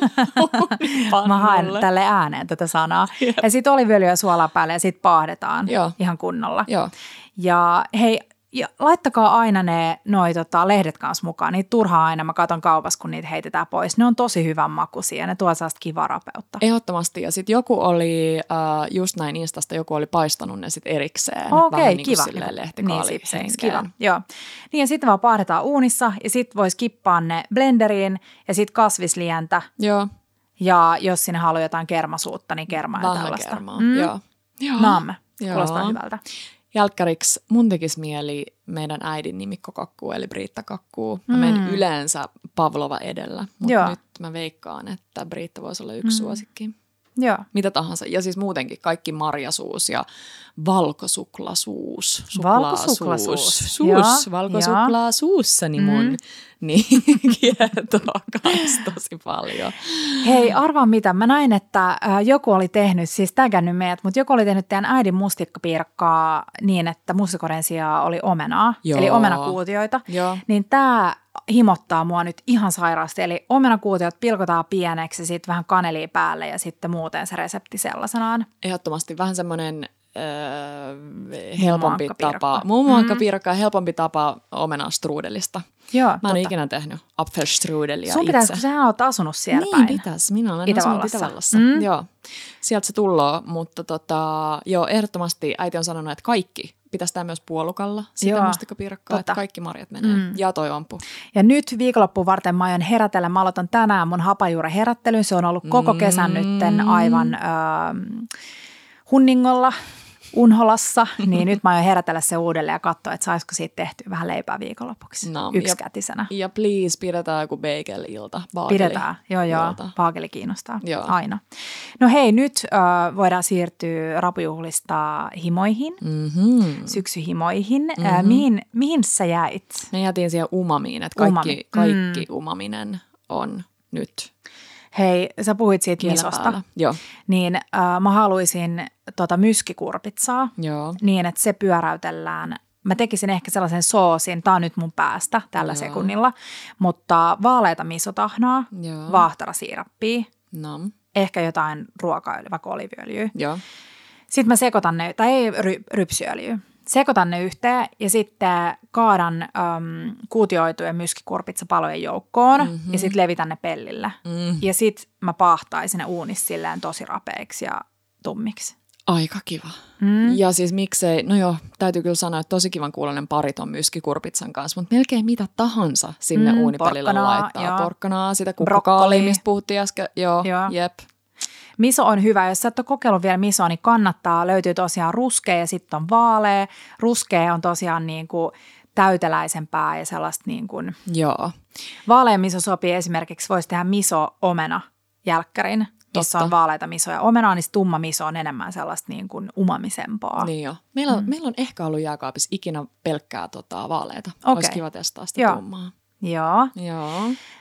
Mä haen tälle ääneen tätä sanaa. Yep. Ja sitten oliviöljyä suolaa päälle ja sitten paahdetaan Joo. ihan kunnolla. Joo. Ja hei, ja laittakaa aina ne noi, tota, lehdet kanssa mukaan. Niitä turhaa aina, mä katson kaupassa, kun niitä heitetään pois. Ne on tosi hyvän makuisia ja ne tuo sellaista kivaa rapeutta. Ehdottomasti. Ja sitten joku oli, äh, just näin Instasta, joku oli paistanut ne sitten erikseen. Okei, vähän kiva. Niin kuin lehtikaali niin, kiva. Joo. Niin ja sitten vaan paahdetaan uunissa ja sitten vois kippaa ne blenderiin ja sitten kasvislientä. Joo. Ja jos sinne haluaa jotain kermasuutta, niin kermaa ja tällaista. Kermaa, mm. joo. Naamme, kuulostaa hyvältä. Jälkkäriksi mun tekisi mieli meidän äidin nimikkokakku, eli Briitta-kakkuu. Mä mm. menen yleensä Pavlova edellä, mutta nyt mä veikkaan, että Briitta voisi olla yksi mm. suosikki. Joo. Mitä tahansa. Ja siis muutenkin kaikki marjasuus ja valkosuklasuus. Valkosuklasuus. Suus. Valkosuklaasuussani mun. Mm. Niin kietoo kans tosi paljon. Hei, arvaa mitä. Mä näin, että joku oli tehnyt, siis tägännyt meidät, mutta joku oli tehnyt teidän äidin mustikkapiirakkaa niin, että mustikoiden sijaan oli omenaa. Joo. Eli omenakuutioita. Joo. Niin tää himottaa mua nyt ihan sairaasti. Eli omenakuutiot pilkotaan pieneksi, sitten vähän kanelia päälle ja sitten muuten se resepti sellaisenaan. Ehdottomasti vähän semmoinen öö, helpompi tapa. Mummuankkapiirakka on mm. helpompi tapa omenastruudelista. Joo, Mä en totta. ole ikinä tehnyt apfelstrudelia Sun pitäisi, kun sähän oot asunut siellä niin, päin. Niin pitäisi. Minä olen asunut Itävallassa. Mm. Joo. Sieltä se tulloo, mutta tota, joo, ehdottomasti äiti on sanonut, että kaikki pitäisi tehdä myös puolukalla sitä mustikkapiirakkaa, että kaikki marjat menee. Mm. Ja toi ompu. Ja nyt viikonloppuun varten mä aion herätellä. Mä aloitan tänään mun hapajuuren herättelyn. Se on ollut koko kesän mm. nytten aivan äh, hunningolla. Unholassa, niin nyt mä aion herätellä se uudelleen ja katsoa, että saisiko siitä tehtyä vähän leipää viikonlopuksi no, yksikätisenä. Ja, ja please, pidetään joku bagel-ilta. Baageli. Pidetään, joo joo, baageli kiinnostaa joo. aina. No hei, nyt äh, voidaan siirtyä rapujuhlista himoihin, mm-hmm. syksyhimoihin. Mm-hmm. Äh, mihin, mihin sä jäit? Me jäätiin siihen umamiin, että kaikki, Umami. kaikki mm. umaminen on nyt. Hei, sä puhuit siitä Kielen misosta, päällä. Joo. niin äh, mä haluaisin tota myskikurpitsaa Joo. niin, että se pyöräytellään. Mä tekisin ehkä sellaisen soosin, tää on nyt mun päästä tällä Joo. sekunnilla, mutta vaaleita misotahnaa, Joo. vaahtarasiirappia, no. ehkä jotain ruokaöljyä, vaikka oliviöljyä. Joo. Sitten mä sekoitan ne, tai ei ry, rypsyöljyä. Sekoitan ne yhteen ja sitten kaadan äm, kuutioitujen myskikurpitsapalojen joukkoon mm-hmm. ja sitten levitän ne pellillä. Mm. Ja sitten mä paahtaisin ne uunissa silleen tosi rapeiksi ja tummiksi. Aika kiva. Mm. Ja siis miksei, no joo, täytyy kyllä sanoa, että tosi kivan kuulonen pari ton myskikurpitsan kanssa, mutta melkein mitä tahansa sinne mm, uunipelille porkkanaa, laittaa. Joo. Porkkanaa, sitä kukkakaalia, mistä puhuttiin äsken. Joo, joo. Jep. Miso on hyvä. Jos sä et ole kokeillut vielä misoa, niin kannattaa. Löytyy tosiaan ruskea ja sitten on vaalea. Ruskea on tosiaan niin kuin täyteläisempää ja sellaista niin kuin. Joo. Vaalea miso sopii esimerkiksi, voisi tehdä miso-omena jälkkärin, missä Totta. on vaaleita misoja. Omena on niin tumma miso on enemmän sellaista niin kuin umamisempaa. Niin jo. Meillä on, mm. meillä on ehkä ollut jääkaapissa ikinä pelkkää tota, vaaleita. Okay. Olisi kiva testaa sitä Joo. tummaa. Joo. Joo.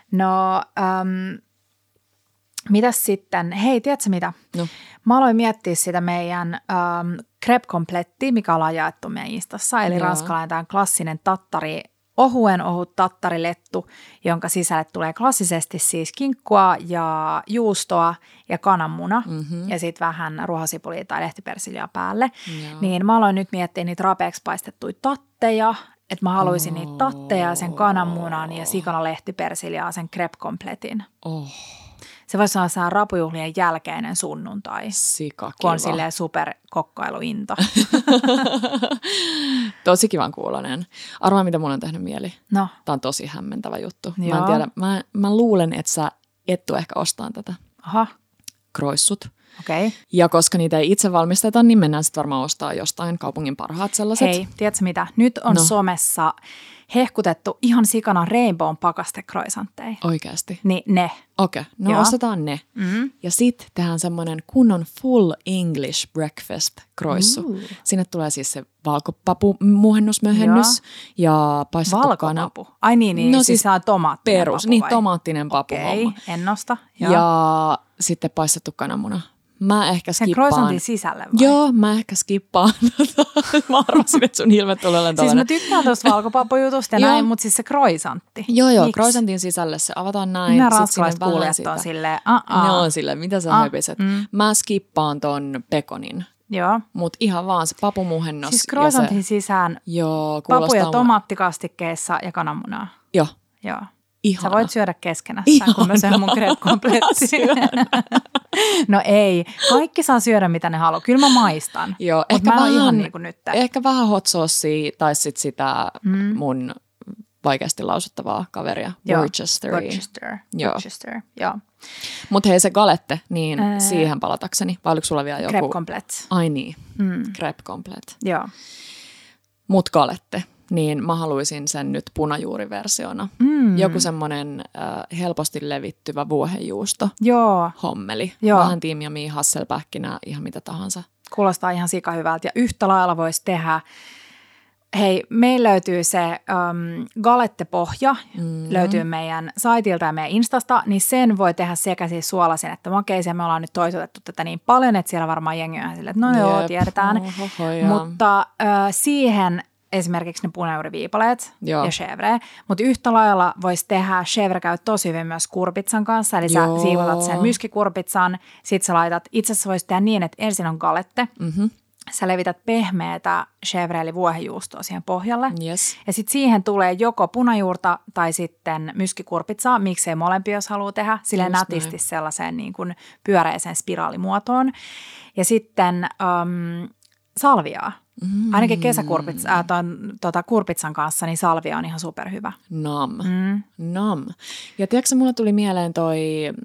No, äm, mitäs sitten? Hei, tiedätkö mitä? No. Mä aloin miettiä sitä meidän äm, crepe completti, mikä ollaan jaettu meidän Instassa, eli Joo. ranskalainen tämän klassinen tattari, ohuen ohut tattarilettu, jonka sisälle tulee klassisesti siis kinkkua ja juustoa ja kananmuna mm-hmm. ja sitten vähän ruohosipulia tai lehtipersiljaa päälle. Joo. Niin mä aloin nyt miettiä niitä rapeaksi paistettuja tatteja, että mä haluaisin oh. niitä tatteja, sen kananmunan ja sikana lehtipersiljaa, sen crepe completin. Oh. Se voisi olla sehän rapujuhlien jälkeinen sunnuntai, Sika kun on kiva. silleen superkokkailuinto. Tosi kivan kuulonen. Arvaa, mitä mun on tehnyt mieli. No. Tämä on tosi hämmentävä juttu. Joo. Mä en tiedä, mä, mä luulen, että sä et tule ehkä ostamaan tätä. Aha, Kroissut. okei. Okay. Ja koska niitä ei itse valmisteta, niin mennään sitten varmaan ostaa jostain kaupungin parhaat sellaiset. Hei, tiedätkö mitä? Nyt on No. somessa hehkutettu ihan sikana Rainbown pakastekroisantteja. Oikeasti. Niin ne. Okei, okay, no Joo. ostetaan ne. Mm. Ja sitten tehdään semmoinen kunnon full English breakfast kroissu. Uh. Sinne tulee siis se valkopapu-muhennusmöhennys ja paistettu kana. Valkopapu. Ai niin, niin. No siis, siis se on tomaattinen Perus, papu niin vai? tomaattinen papu Okei, homma. ennosta. Joo. Ja sitten paistettu kananmuna. Mä ehkä sen skippaan. croissantin sisälle vai? Joo, mä ehkä skippaan. mä arvasin, että sun ilme tulee olemaan Siis tollainen. mä tykkään tuosta valkopapujutusta ja Joo. näin, mutta siis se croissantti. Joo, joo, Miksi? croissantin sisälle se avataan näin. Nämä sit sinne ranskalaiset vähän kuulijat sitä. on silleen, a Ne on silleen, mitä sä Ah, höpiset. mm. Mä skippaan ton pekonin, Joo. mut ihan vaan se papumuhennos. Siis ja croissantin se, sisään joo, papu- ja kuulostaa. tomaattikastikkeessa ja kananmunaa. Joo, Joo. ihana. Sä voit syödä keskenässä, kun mä syön mun crepe completti. No ei, kaikki saa syödä mitä ne haluaa. Kyllä mä maistan. Joo, Mut ehkä mä en vähän, ihan niin kuin nyt. ehkä vähän hot saucea tai sit sitä Mm. mun vaikeasti lausuttavaa kaveria, Joo, Worcesteria. Worcester. Joo. Worcester. Joo. Mutta hei se galette, niin Ää. siihen palatakseni. Vai oliko sulla vielä joku? Crepe completti. Ai niin, Mm. crepe complet. Joo. Mut galette, niin mä haluaisin sen nyt punajuuriversiona. Mm. Joku semmoinen äh, helposti levittyvä vuohenjuusto. Joo. Hommeli. Joo. Vähän tiimiamia, hasselpähkinää, ihan mitä tahansa. Kuulostaa ihan sika hyvältä. Ja yhtä lailla voisi tehdä, hei, meillä löytyy se um, galettepohja, mm. löytyy meidän saitilta ja meidän Instasta, niin sen voi tehdä sekä siis suolaisen että makeisen. Me ollaan nyt toitotettu tätä niin paljon, että siellä varmaan jengi on silleen, että no joo, Jep. tiedetään. Ohoho, ja. Mutta äh, siihen esimerkiksi ne punajuuriviipaleet Joo. ja chèvre, mutta yhtä lailla voisi tehdä, chèvre käy tosi hyvin myös kurpitsan kanssa, eli Joo. sä siivotat sen myskikurpitsan, sit sä laitat, itse asiassa voisi tehdä niin, että ensin on galette, Mm-hmm. sä levität pehmeätä chèvre eli vuohenjuustoa siihen pohjalle. Yes. Ja sitten siihen tulee joko punajuurta tai sitten myskikurpitsaa, miksei molempia, jos haluaa tehdä, silleen Just nätisti näin. sellaiseen niin kuin pyöreiseen spiraalimuotoon. Ja sitten um, salviaa. Mm. Ainakin kesäkurpits, äh, ton, tota, kurpitsan kanssa, niin salvia on ihan superhyvä. Nam. Mm. Nam. Ja tiedätkö, mulla tuli mieleen toi,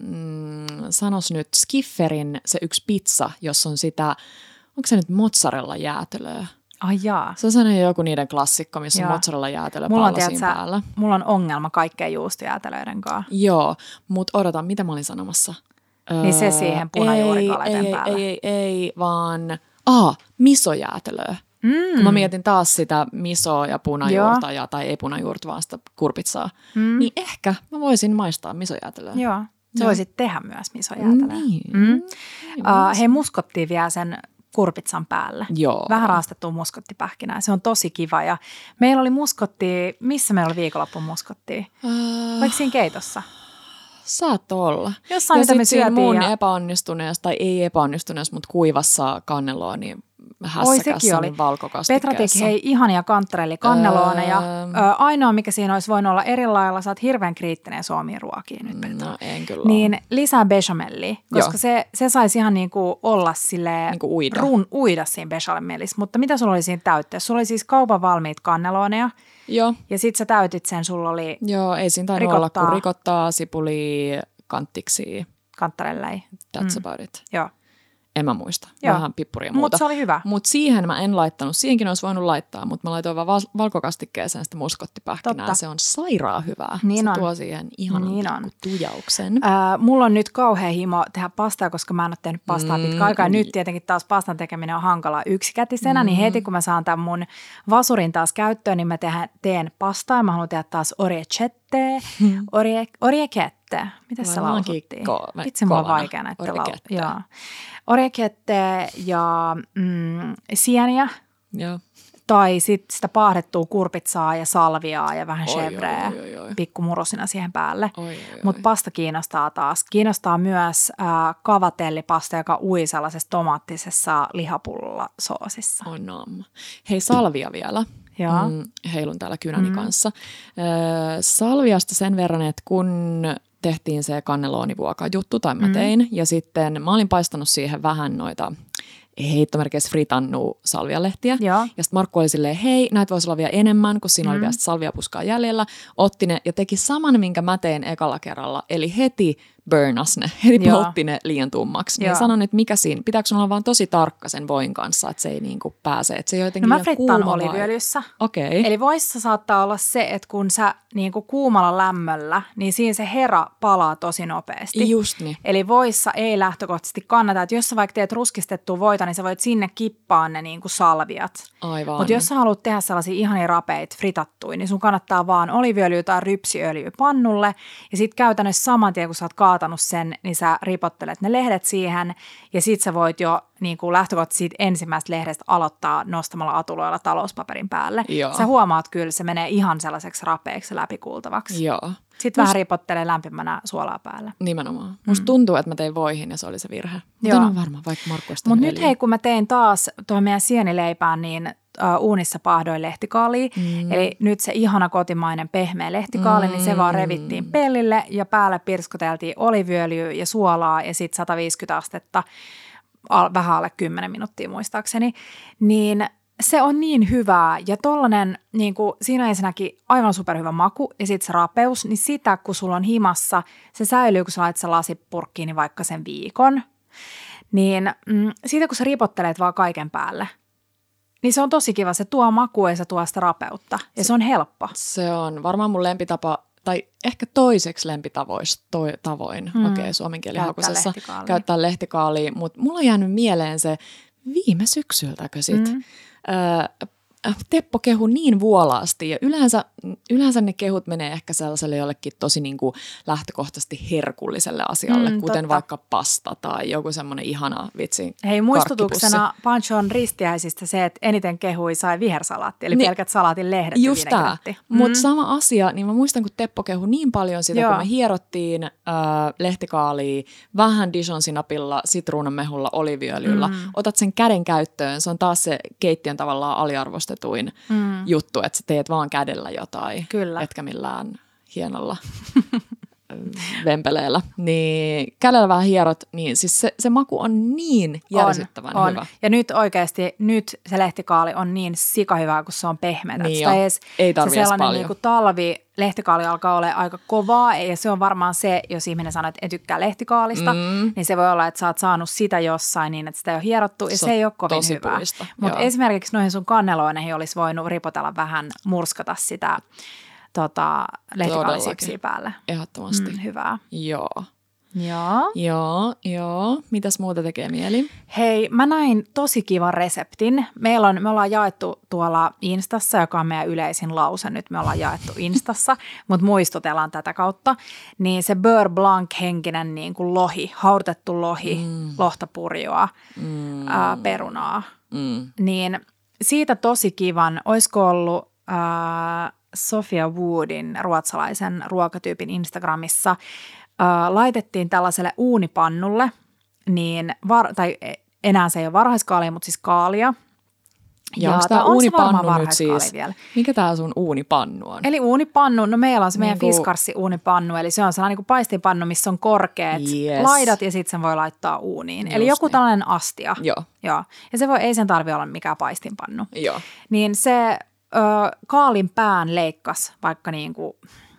mm, sanos nyt, Skifferin se yksi pizza, jossa on sitä, onko se nyt mozzarella jäätelöä? Ai jaa. Se on sellainen joku niiden klassikko, missä Joo. on mozzarella jäätelö Mulla on, pallasin tiedätkö, päällä. mulla on ongelma kaikkeen juustojäätelöiden kanssa. Joo, mutta odota, mitä mä olin sanomassa? Niin se siihen punajuurigaleten ei, päällä. Ei, ei, ei, vaan aa, misojäätelöä. Mm. Kun mä mietin taas sitä misoa ja punajuurta, ja, tai ei punajuurta, vaan sitä kurpitsaa, Mm. niin ehkä mä voisin maistaa misojäätelöä. Joo, sä Joo. voisit tehdä myös misojäätelöä. Niin. Mm. Niin Uh, hei, muskottiin vielä sen kurpitsan päälle. Joo. Vähän raastettua muskottipähkinää. Se on tosi kiva. Ja meillä oli muskotti, missä meillä oli viikonloppuun muskottia? Uh, Oliko siinä keitossa? Saattoi olla. Jossain, ja mitä me sitten siinä syötiin mun ja- epäonnistuneessa, tai ei epäonnistuneessa, mutta kuivassa kannelua, niin Oi, hässäkässä, sekin oli. niin valkokastikkeessa. Petra teki hei ihania kantarelli kannelooneja. Öö. Öö, ainoa, mikä siinä olisi voinut olla eri lailla, sä oot hirveän kriittinen suomiin ruokiin nyt, Petra. No en kyllä Niin lisää bechamellia, koska Joo. se, se saisi ihan niinku olla silleen, Niinku uida. Run, uida siinä bechamelissä. Mutta mitä sulla oli siinä täytteessä? Sulla oli siis kaupan valmiit kannelooneja Joo, ja sit sä täytit sen, sulla oli joo, ei siinä tainnut olla Rikottaa. kuin rikottaa, sipuli, kanttiksi, kantarellei. that's mm. about it. Joo. En mä muista. Joo. Vähän pippuria ja muuta. Mutta se oli hyvä. Mutta siihen mä en laittanut. Siihenkin olisi voinut laittaa, mutta mä laitoin vaan val- valkokastikkeeseen sitä muskottipähkinää. Totta. Se on sairaan hyvää. Niin se on. tuo siihen ihanan Niin pikku on. tujauksen. Äh, mulla on nyt kauhea himo tehdä pastaa, koska mä en ole tehnyt pastaa Mm. pitkä aikaa. Nyt tietenkin taas pastan tekeminen on hankalaa yksikätisenä, mm. niin heti kun mä saan tämän mun vasurin taas käyttöön, niin mä tehdään, teen pastaa. Mä haluan tehdä taas orecette, Mm. orie, oriekette. Miten se Varmaankin lausuttiin? ko- Itse mulla on kovana. vaikea näitä Oriekette. lau- Oriekette ja mm, sieniä. Joo. Tai sitten sitä paahdettua kurpitsaa ja salviaa ja vähän Oi, chevreä, oi, oi, oi. pikkumurusina siihen päälle. Oi, oi, Mutta oi. pasta kiinnostaa taas. Kiinnostaa myös äh, kavatellipasta, joka ui sellaisessa tomaattisessa lihapullosoosissa. On naama. Hei, salvia vielä. Joo. Mm, heilun täällä kynäni Mm. kanssa. Ö, salviasta sen verran, että kun tehtiin se kannelonivuoka juttu, tai mä Mm. tein, ja sitten mä olin paistanut siihen vähän noita heittomerkeissä fritannut salvialehtiä. Joo. Ja sitten Markku oli silleen, hei, näitä voisi olla vielä enemmän, kun siinä Mm. oli vielä sitä salviapuskaa jäljellä. Otti ne ja teki saman, minkä mä tein ekalla kerralla, eli heti burnas ne, heti Joo. poltti ne liian tummaksi. Niin Joo. sanon, että mikä siinä, pitääkö sun olla vaan tosi tarkka sen voin kanssa, että se ei niinku pääse, että se ei ole No jotenkin mä liian frittaan kuuma vai- oliiviöljyssä. Okei. Eli voissa saattaa olla se, että kun sä niin kuin kuumalla lämmöllä, niin siinä se hera palaa tosi nopeasti. Just niin. Eli voissa ei lähtökohtaisesti kannata, että jos sä vaikka teet ruskistettua voita, niin sä voit sinne kippaa ne niin kuin salviat. Aivan. Mutta jos sä haluat tehdä sellaisia ihania rapeita fritattuja, niin sun kannattaa vaan oliiviöljyä tai rypsiöljyä pannulle. Ja sitten käytännössä saman tien, kun sä oot kaatanut sen, niin sä ripottelet ne lehdet siihen. Ja sit sä voit jo niin kuin lähtökohtaisesti siitä ensimmäisestä lehdestä aloittaa nostamalla atuloilla talouspaperin päälle. Joo. Sä huomaat kyllä, se menee ihan sellaiseksi rapeaksi ja läpikuultavaksi. Joo. Sitten vähän ripottelee lämpimänä suolaa päälle. Nimenomaan. Musta tuntuu, että mä tein voihin ja se oli se virhe. Mutta Joo. en ole varma, vaikka Markku olisi Mutta tehnyt nyt hei, kun mä tein taas tuohon meidän sienileipään, niin uh, uunissa paahdoin lehtikaalia. Mm. Eli nyt se ihana kotimainen pehmeä lehtikaali, mm. niin se vaan revittiin pellille ja päälle pirskoteltiin oliiviöljyä ja suolaa ja sitten sata viisikymmentä astetta, al- vähän alle kymmenen minuuttia muistaakseni. Niin se on niin hyvää ja tollanen, niin kuin, siinä on ensinnäkin aivan superhyvä maku ja sitten se rapeus, niin sitä kun sulla on himassa, se säilyy kun sä laitat sen lasipurkkiin niin vaikka sen viikon. Niin mm, siitä kun sä ripottelet vaan kaiken päälle, niin se on tosi kiva. Se tuo makua ja se tuo sitä rapeutta ja se, se on helppo. Se on varmaan mun lempitapa, tai ehkä toiseksi lempitavoista toi, tavoin, Mm. okei, okay, suomen kielen Käyttää hakusessa, lehtikaalia. käyttää lehtikaalia, mutta mulla on jäänyt mieleen se viime syksyltäkö sit. Mm. Öö, Teppo kehu niin vuolaasti ja yleensä, yleensä ne kehut menee ehkä sellaiselle jollekin tosi niin kuin lähtökohtaisesti herkulliselle asialle, Mm, kuten totta. vaikka pasta tai joku semmoinen ihana vitsi. Hei, muistutuksena Panchon ristiäisistä se, että eniten kehui sai vihersalaatti, eli Niin. pelkät salaatin lehdet ja Just tämä. vinegretti. Mutta sama asia, niin mä muistan, kun Teppo kehui niin paljon sitä, Joo. kun me hierottiin äh, lehtikaalia vähän Dijon-sinapilla, sitruunanmehulla, oliiviöljyllä. Mm. Otat sen käden käyttöön, se on taas se keittiön tavallaan aliarvostetuin Mm. juttu, että sä teet vaan kädellä jotain, Kyllä. etkä millään hienolla vempeleellä. Niin kädellä vähän hierot, niin siis se, se maku on niin järsyttävän on, hyvä. on. Ja nyt oikeasti, nyt se lehtikaali on niin sikahyvää, kun se on pehmeätä. Niin Sitä jo. edes, Ei tarvii se edes sellainen paljon. niin kuin talvi, lehtikaali alkaa olla aika kovaa, ja se on varmaan se, jos ihminen sanoo, että en tykkää lehtikaalista, Mm. niin se voi olla, että sä oot saanut sitä jossain niin, että sitä ei ole hierottu, ja Se se, on ei ole kovin tosi hyvää. puista, Mutta joo. esimerkiksi noihin sun kanneloineihin olisi voinut ripotella vähän, murskata sitä tota, lehtikaalisipsiä päälle. Ehdottomasti. Mm, hyvää. Joo. Joo. Joo, joo. Mitäs muuta tekee mieli? Hei, mä näin tosi kivan reseptin. Meillä on, me ollaan jaettu tuolla Instassa, joka on meidän yleisin lause nyt. Me ollaan jaettu Instassa, mutta muistutellaan tätä kautta. Niin se Beurre Blanc-henkinen niin kuin lohi, haudutettu lohi, mm. lohtapurjoa, Mm. ää, perunaa. Mm. Niin siitä tosi kivan, olisiko ollut ää, Sofia Woodin ruotsalaisen ruokatyypin Instagramissa, ää, laitettiin tällaiselle uunipannulle, niin var, tai enää se ei ole varhaiskaalia, mutta siis kaalia. Ja onko tää tämä on se varmaan uunipannu nyt varhaiskaali siis? vielä. Mikä tämä sun uunipannu on? Eli uunipannu, no meillä on se meidän Niinku- fiskarssi-uunipannu, eli se on sellainen niin paistinpannu, missä on korkeat Yes. laidat ja sitten sen voi laittaa uuniin. Just eli joku niin. tällainen astia. Joo, Joo. Ja se voi, ei sen tarvitse olla mikään paistinpannu. joo. Niin se ö, kaalin pään leikkas vaikka niin kuin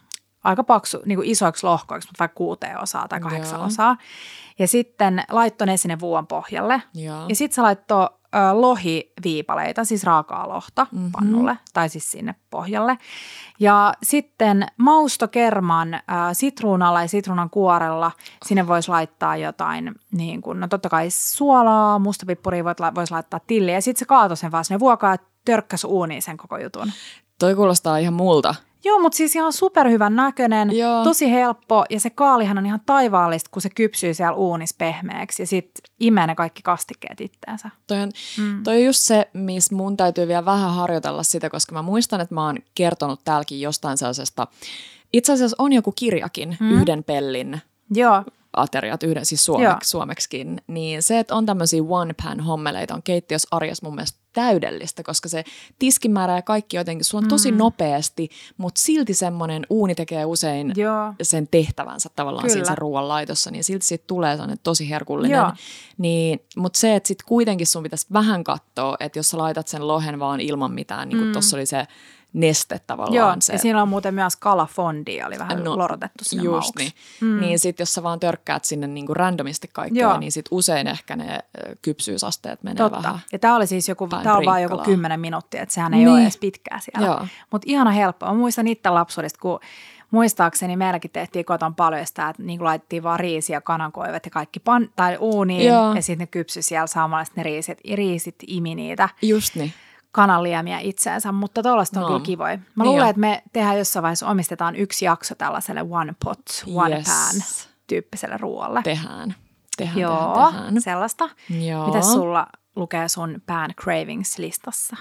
aika paksu, niin kuin isoiksi lohkoiksi, mutta vaikka kuuteen osaa tai kahdeksan Joo. osaa. Ja sitten laittoi ne sinne vuon pohjalle. Joo. Ja sitten se laittoi ö, lohiviipaleita, siis raakaa lohta mm-hmm. pannulle tai siis sinne pohjalle. Ja sitten maustokerman ä, sitruunalla ja sitruunan kuorella sinne voisi laittaa jotain, niin kuin, no totta kai suolaa, mustapippuria voisi laittaa tilliä. Ja sitten se kaatoi sen vaan sinne vuokaan ja törkkäsi uuniin sen koko jutun. Toi kuulostaa ihan multa. Joo, mutta siis ihan superhyvän näköinen, Joo. tosi helppo ja se kaalihan on ihan taivaallista, kun se kypsyy siellä uunissa pehmeäksi ja sitten imee ne kaikki kastikkeet itteensä. Toi on, mm. toi on just se, missä mun täytyy vielä vähän harjoitella sitä, koska mä muistan, että mä oon kertonut täälläkin jostain sellaisesta, itse asiassa on joku kirjakin, mm. yhden pellin Joo. ateriat, yhden, siis suomeksi, suomeksikin, niin se, että on tämmöisiä one pan hommeleita on keittiössä arjessa mun mielestä täydellistä, koska se tiskimäärä ja kaikki jotenkin, sulla on tosi mm. nopeasti, mutta silti semmoinen uuni tekee usein Joo. sen tehtävänsä tavallaan Kyllä. siinä sen ruoan laitossa, niin silti siitä tulee sellainen tosi herkullinen. Niin, mutta se, että sitten kuitenkin sun pitäisi vähän katsoa, että jos sä laitat sen lohen vaan ilman mitään, niin kuin mm. tuossa oli se neste tavallaan. Joo, se. Ja siinä on muuten myös kalafondia, oli vähän no, lorotettu sinne just mauksi. Niin, mm. niin sitten jos sä vaan törkkäät sinne niinku randomisti kaikkea, Joo. niin sitten usein ehkä ne kypsyysasteet menee Totta. vähän. Ja tämä oli siis joku, tämä on vaan joku kymmenen minuuttia, että sehän ei niin. ole edes pitkää siellä. Mutta ihana helppoa. Mä muistan itse lapsuudesta, kun muistaakseni meilläkin tehtiin koton paljon sitä, että niin laitettiin vaan riisiä, kanankoivet ja kaikki pan- tai uuniin Joo. ja sitten ne kypsyi siellä samalla, ne riisit, riisit imi niitä. Just niin. Kananliemiä itseensä, mutta tuollaista on no. kyllä kivoja. Mä niin luulen, jo. että me tehdään jossain vaiheessa, omistetaan yksi jakso tällaiselle one pot, one yes. pan tyyppiselle ruoalle. Tehdään. Tehdään, Joo, tehdään, tehdään. sellaista. Joo. Mitäs sulla lukee sun pan cravings-listassa?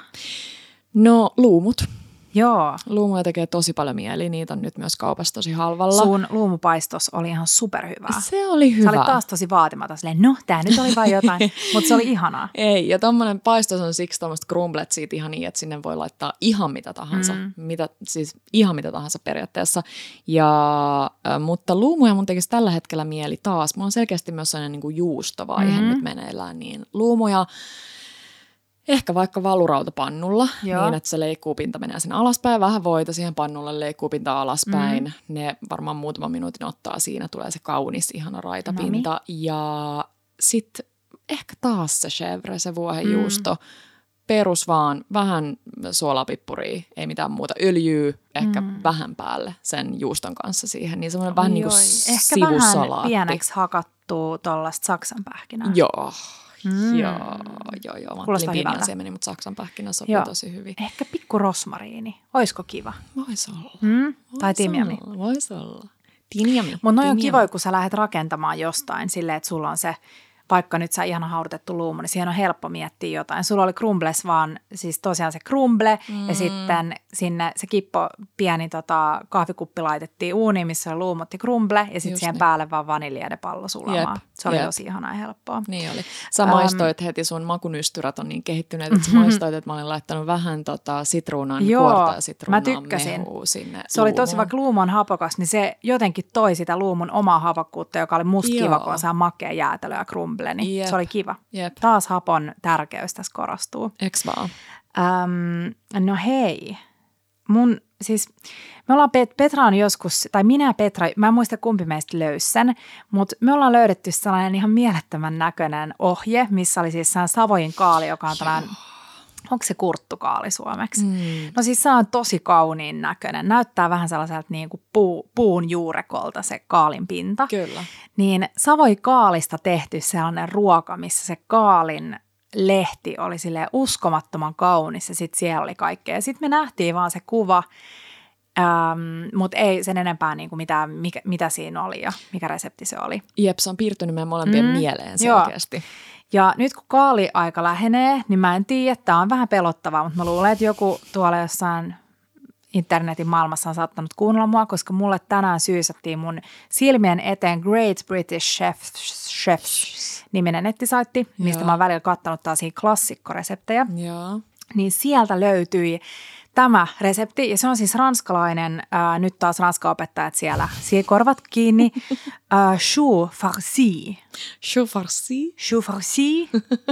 No, luumut. Joo. Luumuja tekee tosi paljon mieli, niitä on nyt myös kaupassa tosi halvalla. Sun luumupaistos oli ihan superhyvää. Se oli hyvä. Sä olit taas tosi vaatimaton, silleen, no tää nyt oli vaan jotain, mutta se oli ihanaa. Ei, ja tommonen paistos on siksi tommoset crumblet siitä ihan niin, että sinne voi laittaa ihan mitä tahansa, mm. mitä, siis ihan mitä tahansa periaatteessa. Ja, äh, mutta luumuja mun tekisi tällä hetkellä mieli taas. Mulla on selkeästi myös sellainen niin kuin juustovaihe mm. nyt meneillään, niin luumuja. Ehkä vaikka valurautapannulla, Joo. niin että se leikkuupinta menee sen alaspäin, vähän voita siihen pannulle, leikkuupinta alaspäin. Mm. Ne varmaan muutaman minuutin ottaa, siinä tulee se kaunis, ihana raitapinta. Nami. Ja sitten ehkä taas se chèvre, se vuohenjuusto. Mm. Perus vaan, vähän suolapippuria, ei mitään muuta, öljyä, ehkä mm. vähän päälle sen juuston kanssa siihen. Niin semmoinen vähän niin kuin sivusalaatti. Ehkä vähän pieneksi hakattua tuollaista saksanpähkinää. Joo. Mm. Joo, joo, joo. Mä ajattelin pinjansiemeni, mutta saksanpähkinä sopii joo. tosi hyvin. Ehkä pikku rosmariini. Oisko kiva? Vois olla. Mm? Vois tai timjami. Vois olla. Tinjami. Mutta noi on kivoja, kun sä lähdet rakentamaan jostain silleen, että sulla on se, vaikka nyt sä ihana haudutettu luumu, niin siihen on helppo miettiä jotain. Sulla oli crumbles vaan, siis tosiaan se crumble mm. ja sitten sinne se kippo pieni tota, kahvikuppi laitettiin uuniin, missä oli luumut ja crumble ja sitten siihen niin. päälle vaan vanilja ja pallo sulamaan. Jep. Se oli Jep. tosi ihanaa ja helppoa. Niin oli. Sä maistoit um, heti, sun makunystyrät on niin kehittyneet, että sä maistoit, että mä olin laittanut vähän tota, sitruunan kuorta ja sitruunan mehua sinne Se luumuun. Oli tosi, vaikka luumu on hapokas, niin se jotenkin toi sitä luumun omaa hapokkuutta, joka oli musta kiva, kun on saa makea jäätelö ja crumble. Niin Jep. se oli kiva. Jep. Taas hapon tärkeys tässä korostuu. Eks vaan? Um, no hei, mun siis me ollaan Pet- Petra on joskus, tai minä ja Petra, mä en muista kumpi meistä löysi sen, mutta me ollaan löydetty sellainen ihan mielettömän näköinen ohje, missä oli siis Savoyin kaali, joka on tällainen, onko se kurttukaali suomeksi? Mm. No siis se on tosi kauniin näköinen. Näyttää vähän sellaiselta niin kuin puu, puun juurekolta se kaalin pinta. Kyllä. Niin Savoy kaalista tehty sellainen ruoka, missä se kaalin lehti oli silleen uskomattoman kaunis ja sitten siellä oli kaikkea. Sitten me nähtiin vaan se kuva, ähm, mutta ei sen enempää niin kuin mitä, mikä, mitä siinä oli ja mikä resepti se oli. Jep, se on piirtynyt meidän molempien mm. mieleen selkeästi. Joo. Ja nyt kun kaaliaika lähenee, niin mä en tiedä, tämä on vähän pelottavaa, mutta mä luulen, että joku tuolla jossain internetin maailmassa on saattanut kuunnella mua, koska mulle tänään syysättiin mun silmien eteen Great British Chefs, Chefs niminen nettisaitti, mistä Joo. mä oon välillä kattanut taas klassikkoreseptejä. Joo. Niin sieltä löytyi tämä resepti, ja se on siis ranskalainen, ää, nyt taas ranskaopettajat siellä, siellä korvat kiinni, ää, chou farci. Chou farci? Chou farci.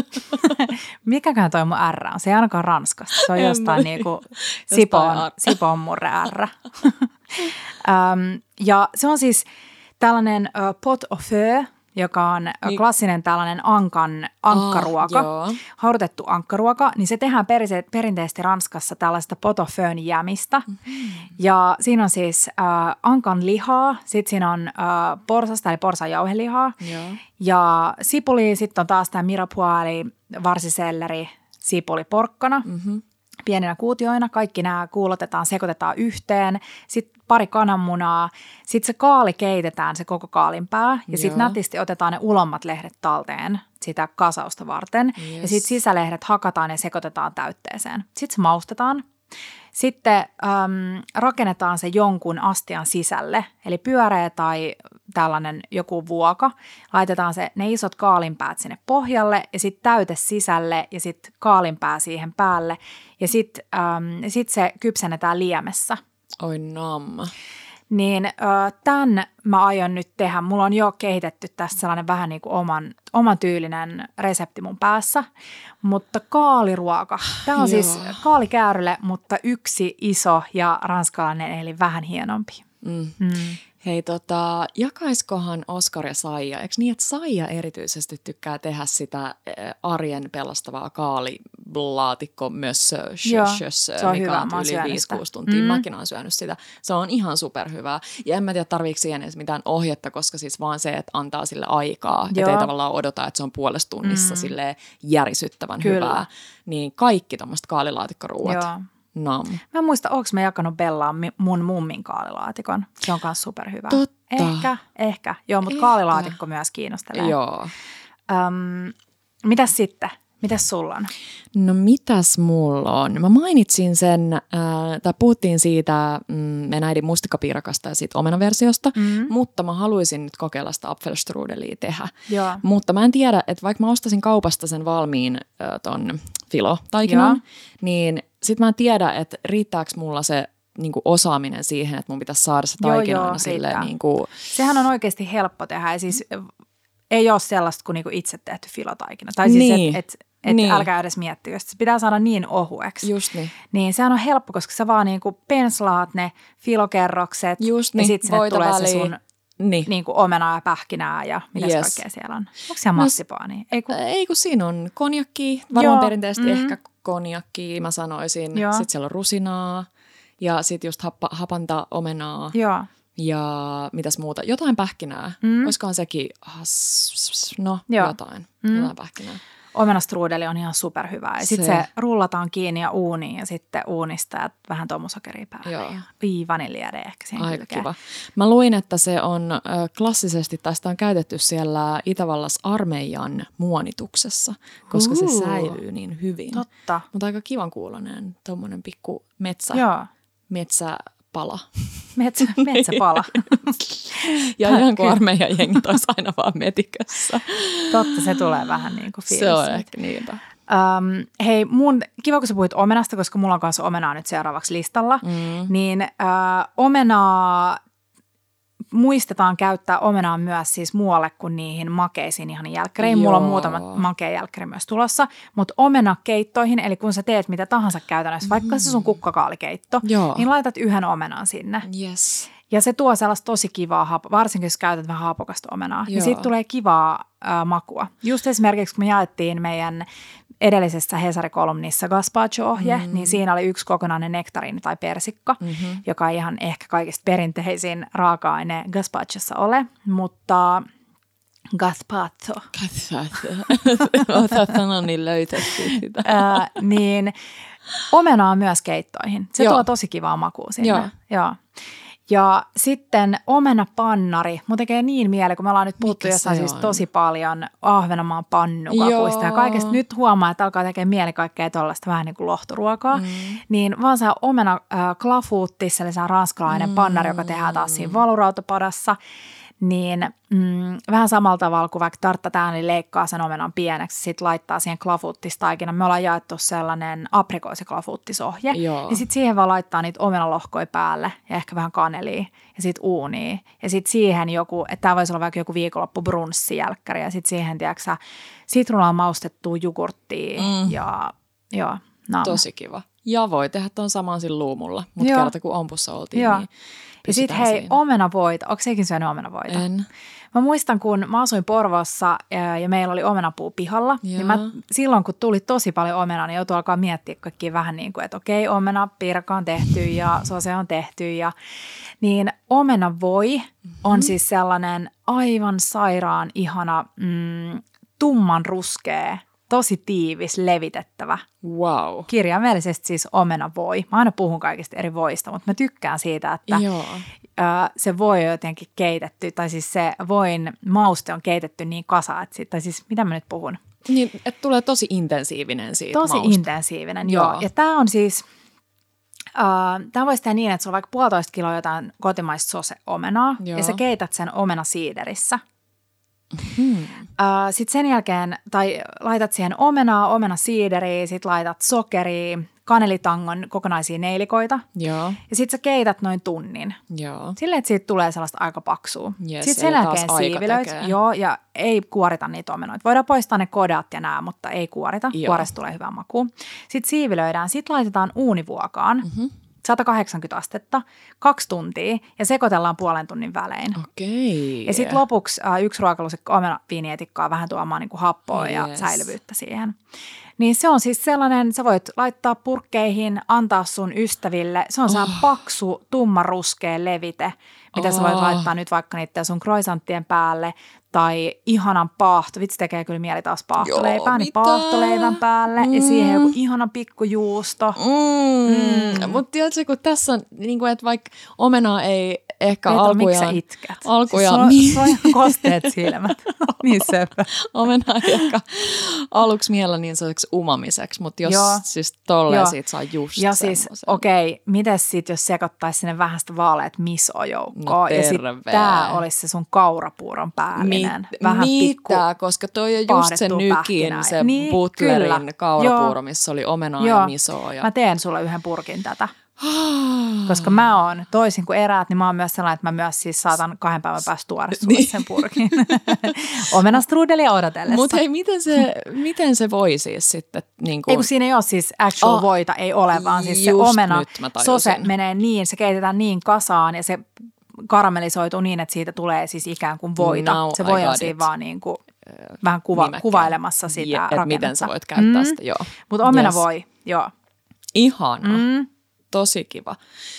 Mikäkään toi mun R on? Se ei ainakaan ranskasta. Se on jostain niinku Sipoon, Sipoon murre R. um, ja se on siis tällainen uh, pot au feu, joka on niin. klassinen tällainen ankan, ankkaruoka, ah, haudutettu ankkaruoka, niin se tehdään perise, perinteisesti Ranskassa tällaista pot au feun jämistä. Mm-hmm. Ja siinä on siis äh, ankan lihaa, sitten siinä on äh, porsasta eli porsan jauhelihaa Joo. ja sipuli, sitten on taas tämä mirepoix eli varsiselleri, sipuli, porkkana. Mm-hmm. Pieninä kuutioina. Kaikki nämä kuulotetaan, sekoitetaan yhteen. Sitten pari kananmunaa. Sitten se kaali keitetään, se koko kaalinpää. Ja sitten nätisti otetaan ne ulommat lehdet talteen sitä kasausta varten. Yes. Ja sitten sisälehdet hakataan ja sekoitetaan täytteeseen. Sitten se maustetaan. Sitten äm, rakennetaan se jonkun astian sisälle, eli pyöreä tai tällainen joku vuoka. Laitetaan se, ne isot kaalinpäät sinne pohjalle ja sitten täyte sisälle ja sitten kaalinpää siihen päälle. Ja sitten äm, sit se kypsennetään liemessä. Oi namma. Niin äh, tämän mä aion nyt tehdä. Mulla on jo kehitetty tässä sellainen vähän niin kuin oman, oman tyylinen resepti mun päässä. Mutta kaaliruoka. Tämä on Joo. siis kaalikäärylle, mutta yksi iso ja ranskalainen eli vähän hienompi. Mm. Mm. Hei tota, jakaiskohan Oskar ja Saija? Eikö niin, että Saija erityisesti tykkää tehdä sitä arjen pelastavaa kaalilaatikko myös sössös, mikä on yli viisi kuusi tuntia. Mm. Mäkin olen syönyt sitä. Se on ihan superhyvää. Ja en mä tiedä, tarviiko siihen edes mitään ohjetta, koska siis vaan se, että antaa sille aikaa. Että ei tavallaan odota, että se on puolesta tunnissa mm. silleen järisyttävän Kyllä. hyvää. Niin kaikki tuommoiset kaalilaatikkoruuat. Joo. Nam. Mä en muista, onko mä jakanut Bellaan mun mummin kaalilaatikon. Se on myös superhyvä. Totta. Ehkä, ehkä. Joo, mutta ehkä. Kaalilaatikko myös kiinnostelee. Joo. Öm, mitäs sitten? Mitäs sulla on? No mitäs mulla on? Mä mainitsin sen, äh, tai puhuttiin siitä mm, meidän äidin mustikkapiirakasta ja siitä omenaversiosta, mm-hmm. mutta mä haluaisin nyt kokeilla sitä apfelstrudelia tehdä. Joo. Mutta mä en tiedä, että vaikka mä ostasin kaupasta sen valmiin äh, ton filo-taikinan, niin sit mä en tiedä, että riittääkö mulla se niinku osaaminen siihen, että mun pitäisi saada se taikina aina silleen niinku... Sehän on oikeasti helppo tehdä ja siis ei ole sellaista kuin niinku itse tehty filotaikina. Tai siis, niin. että et, et niin. älkää edes miettiä, se pitää saada niin ohueksi. Just niin. Niin sehän on helppo, koska sä vaan niinku penslaat ne filokerrokset Just niin. ja sitten sinne tulee väliin. Se sun niin. niinku omenaa ja pähkinää ja mitäs yes. kaikkea siellä on. Onko siellä massipaania? Ei kun, Ei kun siinä on konjakki, varmaan Joo. perinteisesti mm. ehkä konjakki, mä sanoisin. Joo. Sitten siellä on rusinaa ja sitten just happa, hapanta omenaa. Joo. Ja mitäs muuta? Jotain pähkinää. Mm. Olisikohan sekin, no Joo. jotain, mm. jotain pähkinää. Omenastruudeli on ihan superhyvää. Ja sitten se. se rullataan kiinni ja uuniin ja sitten uunista ja vähän tomusokeria päälle. Joo. Ja vaniljäädä ehkä siihen Aika kiva. Mä luin, että se on äh, klassisesti, tai sitä on käytetty siellä Itävallassa armeijan muonituksessa, koska uh. se säilyy niin hyvin. Totta. Mutta aika kivan kuuloinen tommonen pikku metsä, Joo. metsäpala. Metsä, metsäpala. Ja ihan kuin armeijan jengit olisi aina vaan metikössä. Totta, se tulee vähän niin kuin fiilis. Se on ehkä niinpä. Um, hei, mun, kiva kun sä puhuit omenasta, koska mulla on kanssa omenaa nyt seuraavaksi listalla, mm. niin uh, omenaa, muistetaan käyttää omenaa myös siis muualle kuin niihin makeisiin ihan jälkkäreihin. Mulla on muutama makea jälkkäri myös tulossa, mutta omenakeittoihin, eli kun sä teet mitä tahansa käytännössä, vaikka mm. se sun kukkakaalikeitto, Joo. niin laitat yhden omenan sinne. Yes. Ja se tuo sellaista tosi kivaa, varsinkin jos käytät vähän haapokasta omenaa. Joo. Ja siitä tulee kivaa äh, makua. Just esimerkiksi kun me jaettiin meidän edellisessä Hesari-kolumnissa gazpacho-ohje, mm-hmm. niin siinä oli yksi kokonainen nektariini tai persikka, mm-hmm. joka ei ihan ehkä kaikista perinteisin raaka-aine gazpachossa ole, mutta gazpacho. Gazpacho. Otat sanon niin löytetty sitä. äh, niin omenaa myös keittoihin. Se Joo. tuo tosi kivaa makua sinne. Joo. Joo. Ja sitten omenapannari. Mun tekee niin mieli, kun me ollaan nyt puhuttu jossain siis tosi paljon Ahvenanmaan pannukakuista ja kaikesta. Nyt huomaa, että alkaa tekemään mieli kaikkea tuollaista vähän niin kuin lohturuokaa. Mm. Niin vaan se omena äh, klafuuttis, eli se ranskalainen mm. pannari, joka tehdään taas siinä valurautapadassa. Niin mm, vähän samalla tavalla kuin vaikka tarttataan, niin leikkaa sen omenan pieneksi, sitten laittaa siihen klafuuttistaikina. Me ollaan jaettu sellainen aprikoosiklafuuttisohje, ja sitten siihen vaan laittaa niitä omenalohkoja päälle ja ehkä vähän kanelia ja sitten uunia. Ja sitten siihen joku, että tämä voisi olla vaikka joku viikonloppu brunssijälkkäri ja sitten siihen, tiedätkö sitruunalla maustettua jogurttia mm. ja joo. No. Tosi kiva. Ja voi tehdä tuon saman sillä luumulla, mutta kerta kun ompussa oltiin, Joo. niin ja sitten hei, siinä. omenavoita. Onko sekin syönyt omenavoita? En. Mä muistan, kun mä asuin Porvoossa ja, ja meillä oli omenapuu pihalla, Joo. niin mä silloin, kun tuli tosi paljon omenaa, niin joutui alkaa miettiä kaikki vähän niin kuin, että okei, omena, piirakka on tehty ja sose on tehty. Ja, niin omenavoi mm-hmm. on siis sellainen aivan sairaan ihana mm, tumman ruskea, tosi tiivis, levitettävä. Wow. Kirjaimellisesti siis omenavoi. Mä aina puhun kaikista eri voista, mutta mä tykkään siitä, että Joo. se voi on jotenkin keitetty, tai siis se voin mauste on keitetty niin kasa, että sit, tai siis mitä mä nyt puhun? Niin, että tulee tosi intensiivinen siitä Tosi mausta. intensiivinen, joo. joo. Ja tämä on siis, uh, tämä voisi tehdä niin, että se on vaikka puolitoista kiloa jotain kotimaista sose-omenaa, joo. ja sä keität sen omenasiiderissä. Hmm. Uh, sitten sen jälkeen, tai laitat siihen omenaa, omenasiideriä, sitten laitat sokeria, kanelitangon kokonaisia neilikoita. Joo. Ja sitten sä keität noin tunnin. Joo. Silleen, että siitä tulee sellaista aika paksua. Yes, sitten sen jälkeen siivilöit. Joo, ja ei kuorita niitä omenoita. Voidaan poistaa ne kodat ja nää, mutta ei kuorita. Joo. Kuoresta tulee hyvä maku. Sitten siivilöidään. Sitten laitetaan uunivuokaan. Mm-hmm. sata kahdeksankymmentä astetta, kaksi tuntia ja sekoitellaan puolen tunnin välein. Okei. Ja sitten lopuksi äh, yksi ruokalusikka omenaviinietikkaa vähän tuomaan niin kuin happoa yes. ja säilyvyyttä siihen. Niin se on siis sellainen, sä voit laittaa purkkeihin, antaa sun ystäville. Se on oh. sellainen paksu, tummanruskea levite, mitä oh. sä voit laittaa nyt vaikka niiden sun croissanttien päälle. Tai ihanan paahto. Vitsi tekee kyllä mieli taas paahtoleipää. Niin paahtoleivän päälle mm. ja siihen joku ihana pikkujuusto. Mm. Mm. Mutta tiedätkö, kun tässä on, niin kuin, että vaikka omenaa ei ehkä Petra, alkujaan... miksi sä itkät? Alkujaan... Siis se on ihan kosteet silmät. Niin söpö. Omenaa ei ehkä aluksi miellä niin sellaiseksi umamiseksi, mutta jos Joo. siis tolleen siitä saa just ja semmoisen. siis okei, okay, mites sit jos sekoittaisi sinne vähän sitä vaaleet miso-joukkoon? No ja sitten tää olisi se sun kaurapuuron päällinen. Vähän Mitä, koska toi on just se nykin, se niin, Butlerin kyllä. kaurapuuro, Joo. missä oli omenaa Joo. ja misoa. Ja... Mä teen sulle yhden purkin tätä. Koska mä oon, toisin kuin eräät, niin mä oon myös sellainen, että mä myös siis saatan kahden päivän päästä tuoda sulle niin. sen purkin. Omenastrudelia odotellessa. Mutta hei, miten se, miten se voi siis sitten? Niin kuin... Ei kun siinä ei ole siis actual oh, voita, ei ole, vaan siis se omena, sose menee niin, se keitetään niin kasaan ja se karamellisoituu niin, että siitä tulee siis ikään kuin voita. Now se voi olla siinä vaan niin kuin vähän kuva, kuvailemassa sitä yeah, rakennetta. Miten sä voit käyttää mm. sitä, joo. Mutta omena yes. voi, joo. Ihana. Mm. Tosi kiva.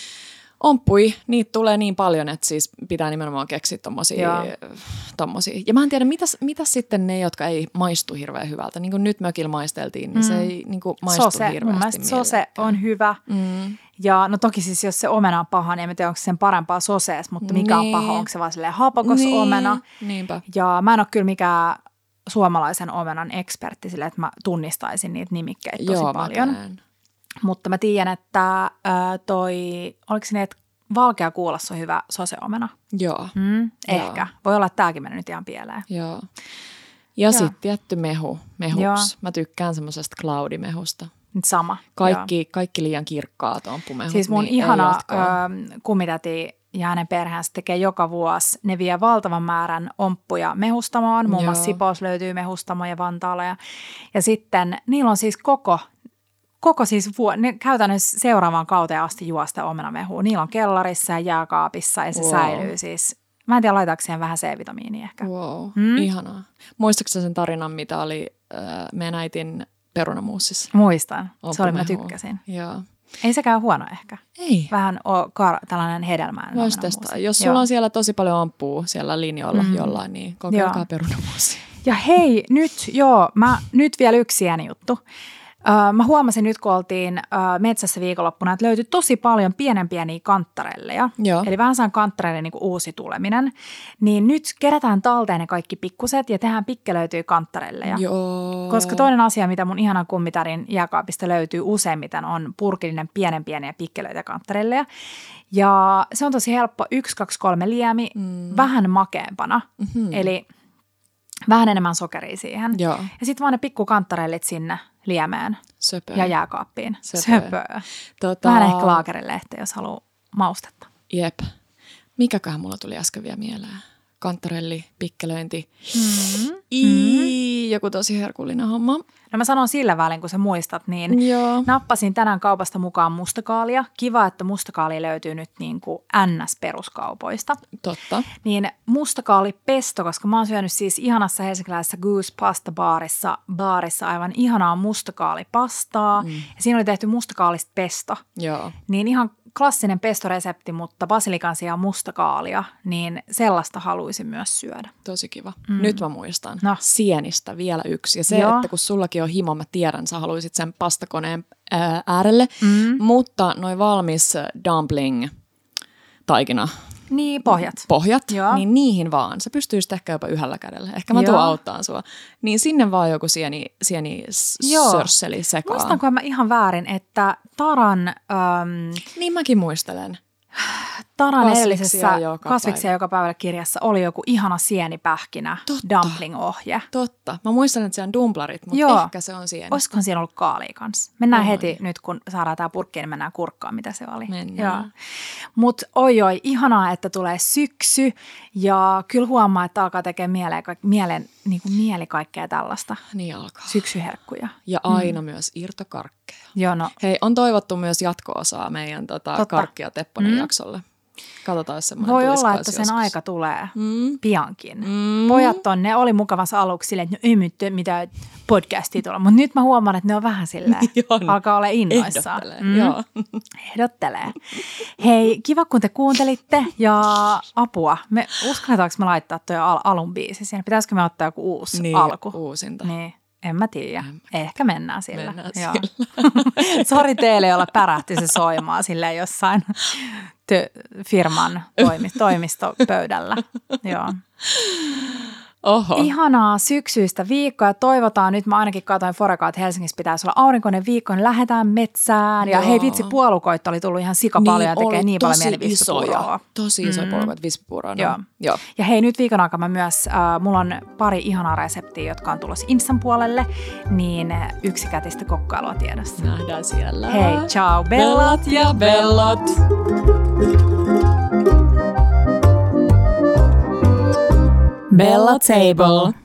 Omppui, niitä tulee niin paljon, että siis pitää nimenomaan keksiä tommosia. tommosia. Ja mä en tiedä, mitäs, mitäs sitten ne, jotka ei maistu hirveän hyvältä. Niin kuin nyt mökillä maisteltiin, niin mm. se ei niin kuin maistu sose, hirveästi. Mun mielestä sose on hyvä. Mm. Ja no toki siis, jos se omena on paha, niin en tiedä, onko se sen parempaa sosees, mutta mikä niin. on paha, onko se vaan silleen hapokas niin. omena. Niinpä. Ja mä en ole kyllä mikään suomalaisen omenan ekspertti silleen, että mä tunnistaisin niitä nimikkeitä tosi Joo, paljon. Mä Mutta mä tiedän, että ää, toi, oliko se niin, että valkeakuulassa on hyvä soseomena? Joo. Mm, ehkä. Joo. Voi olla, että tämäkin mennyt nyt ihan pieleen. Joo. Ja sitten tietty mehu, mehuksi. Joo. Mä tykkään semmoisesta cloudimehusta. Sama. Kaikki, kaikki liian kirkkaat omppumehut. Siis mun niin ihana ö, kummitäti ja hänen perheensä tekee joka vuosi. Ne vie valtavan määrän omppuja mehustamoon. Muun muassa Sipoossa löytyy mehustamoja Vantaalla. Ja, ja sitten niillä on siis koko... Koko siis vuo- ne käytännössä seuraavaan kauteen asti juosta omenamehua. Niillä on kellarissa ja jääkaapissa ja se wow. säilyy siis. Mä en tiedä, laitaanko siihen vähän C-vitamiinia ehkä. Wow, hmm? Ihanaa. Muistatko sen tarinan, mitä oli äh, meidän äitin perunamuusissa? Muistan. Se oli, mä tykkäsin. Joo. Ei sekään huono ehkä. Ei. Vähän o, kar, tällainen hedelmäinen omenamuusi. Jos sulla Joo. on siellä tosi paljon omppua siellä linjoilla mm. jollain, niin kokeilkaa perunamuusia. Ja hei, nyt joo, mä, nyt vielä yksi pieni juttu. Uh, mä huomasin nyt, kun oltiin uh, metsässä viikonloppuna, että löytyi tosi paljon pienen pieniä kantarelleja. Joo. Eli vähän saan kantarelle niin kuin uusi tuleminen. Niin nyt kerätään talteen ne kaikki pikkuset ja tehdään pikkelöityjä kantarelleja. Joo. Koska toinen asia, mitä mun ihanan kummitärin jääkaapista löytyy useimmiten, on purkillinen pienen pieniä pikkelöitä kantarelleja. Ja se on tosi helppo. Yksi, kaksi, kolme liemi, mm. vähän makeampana. Mm-hmm. Eli vähän enemmän sokeria siihen. Joo. Ja sitten vaan ne pikkukantarellit sinne liemeen Söpö. ja jääkaappiin. Söpö. Söpö. Tota... Vähän ehkä laakerilehti, jos haluaa maustetta. Jep. Mikäköhän mulla tuli äsken vielä mieleen? kantarelli, pikkelöinti. Mm. Ii, joku tosi herkullinen homma. No mä sanon sillä välin, kun sä muistat, niin Joo. nappasin tänään kaupasta mukaan mustakaalia. Kiva, että mustakaali löytyy nyt niin kuin N S-peruskaupoista. Totta. Niin mustakaalipesto, koska mä oon syönyt siis ihanassa helsinkiläisessä Goose Pasta baarissa, baarissa aivan ihanaa mustakaalipastaa. Mm. Ja siinä oli tehty mustakaalista pesto. Joo. Niin ihan klassinen pestoresepti, mutta basilikan sijaan mustakaalia, niin sellaista haluaisin myös syödä. Tosi kiva. Mm. Nyt mä muistan. No. Sienistä vielä yksi. Ja se, Joo. että kun sullakin on himo, mä tiedän, sä haluaisit sen pastakoneen ää, äärelle. Mm. Mutta noi valmis dumpling taikina Niin, pohjat. pohjat, Joo. niin niihin vaan. Sä pystyisit ehkä jopa yhdellä kädellä. Ehkä mä tuun auttaan sua. Niin sinne vaan joku sieni, sieni sörsseli sekaan. Muistanko mä ihan väärin, että Taran, äm, Niin mäkin muistelen. Taran Kasviksia edellisessä joka Kasviksia päivä. joka päivä -kirjassa oli joku ihana sienipähkinä Totta. dumpling-ohje. Totta. Mä muistan, että se on dumplarit, mutta Joo. ehkä se on sieni. Olisikohan siinä ollut kaalia kanssa? Mennään Oi. heti nyt, kun saadaan tämä purkki, niin mennään kurkkaan, mitä se oli. Mennään. Mutta oi oi, ihanaa, että tulee syksy ja kyllä huomaa, että alkaa tekemään mieleen, mielen, niin kuin mieli kaikkea tällaista. Niin alkaa. Syksyherkkuja. Ja aina mm. myös irtokarkkeja. Joo, no. Hei, on toivottu myös jatko-osaa meidän tota, Karkki ja Tepponen mm. jaksolle. Katsotaan, jos semmoinen Voi tulisi olla, että sen joskus. aika tulee Mm. piankin. Mm. Pojat on, ne oli mukavassa aluksi silleen, että no ei nyt mitä podcastia tulla, mutta nyt mä huomaan, että ne on vähän silleen, On. alkaa olla innoissaan. Ehdottelee, mm. joo. Ehdottelee. Hei, kiva kun te kuuntelitte ja apua. Me uskalletaanko me laittaa tuo al- alun biisi siihen? Pitäisikö me ottaa joku uusi Niin, alku? uusinta. Niin. En mä tiedä. Ehkä mennään sillä. Mennään Joo. sillä. Sori teille, jolla pärähti se soimaan silleen jossain tö- firman toimi- toimistopöydällä. Joo. Oho. Ihanaa syksyistä viikkoa. Toivotaan, nyt mä ainakin katsoin Forekaa, että Helsingissä pitäisi olla aurinkoinen viikko, niin lähdetään metsään. Ja Joo. hei vitsi, puolukoita oli tullut ihan sikapaljon niin, ja tekee oli niin paljon tosi mieli vispapuuroa. isoja. Tosi isoja mm. puolukoita vispapuuroa. No. Joo. Joo. Ja hei, nyt viikon aikana myös, äh, mulla on pari ihanaa reseptiä, jotka on tulossa Instan puolelle, niin yksikätistä kokkailua tiedossa. Nähdään siellä. Hei, ciao, bellat ja bellot. Bella Table.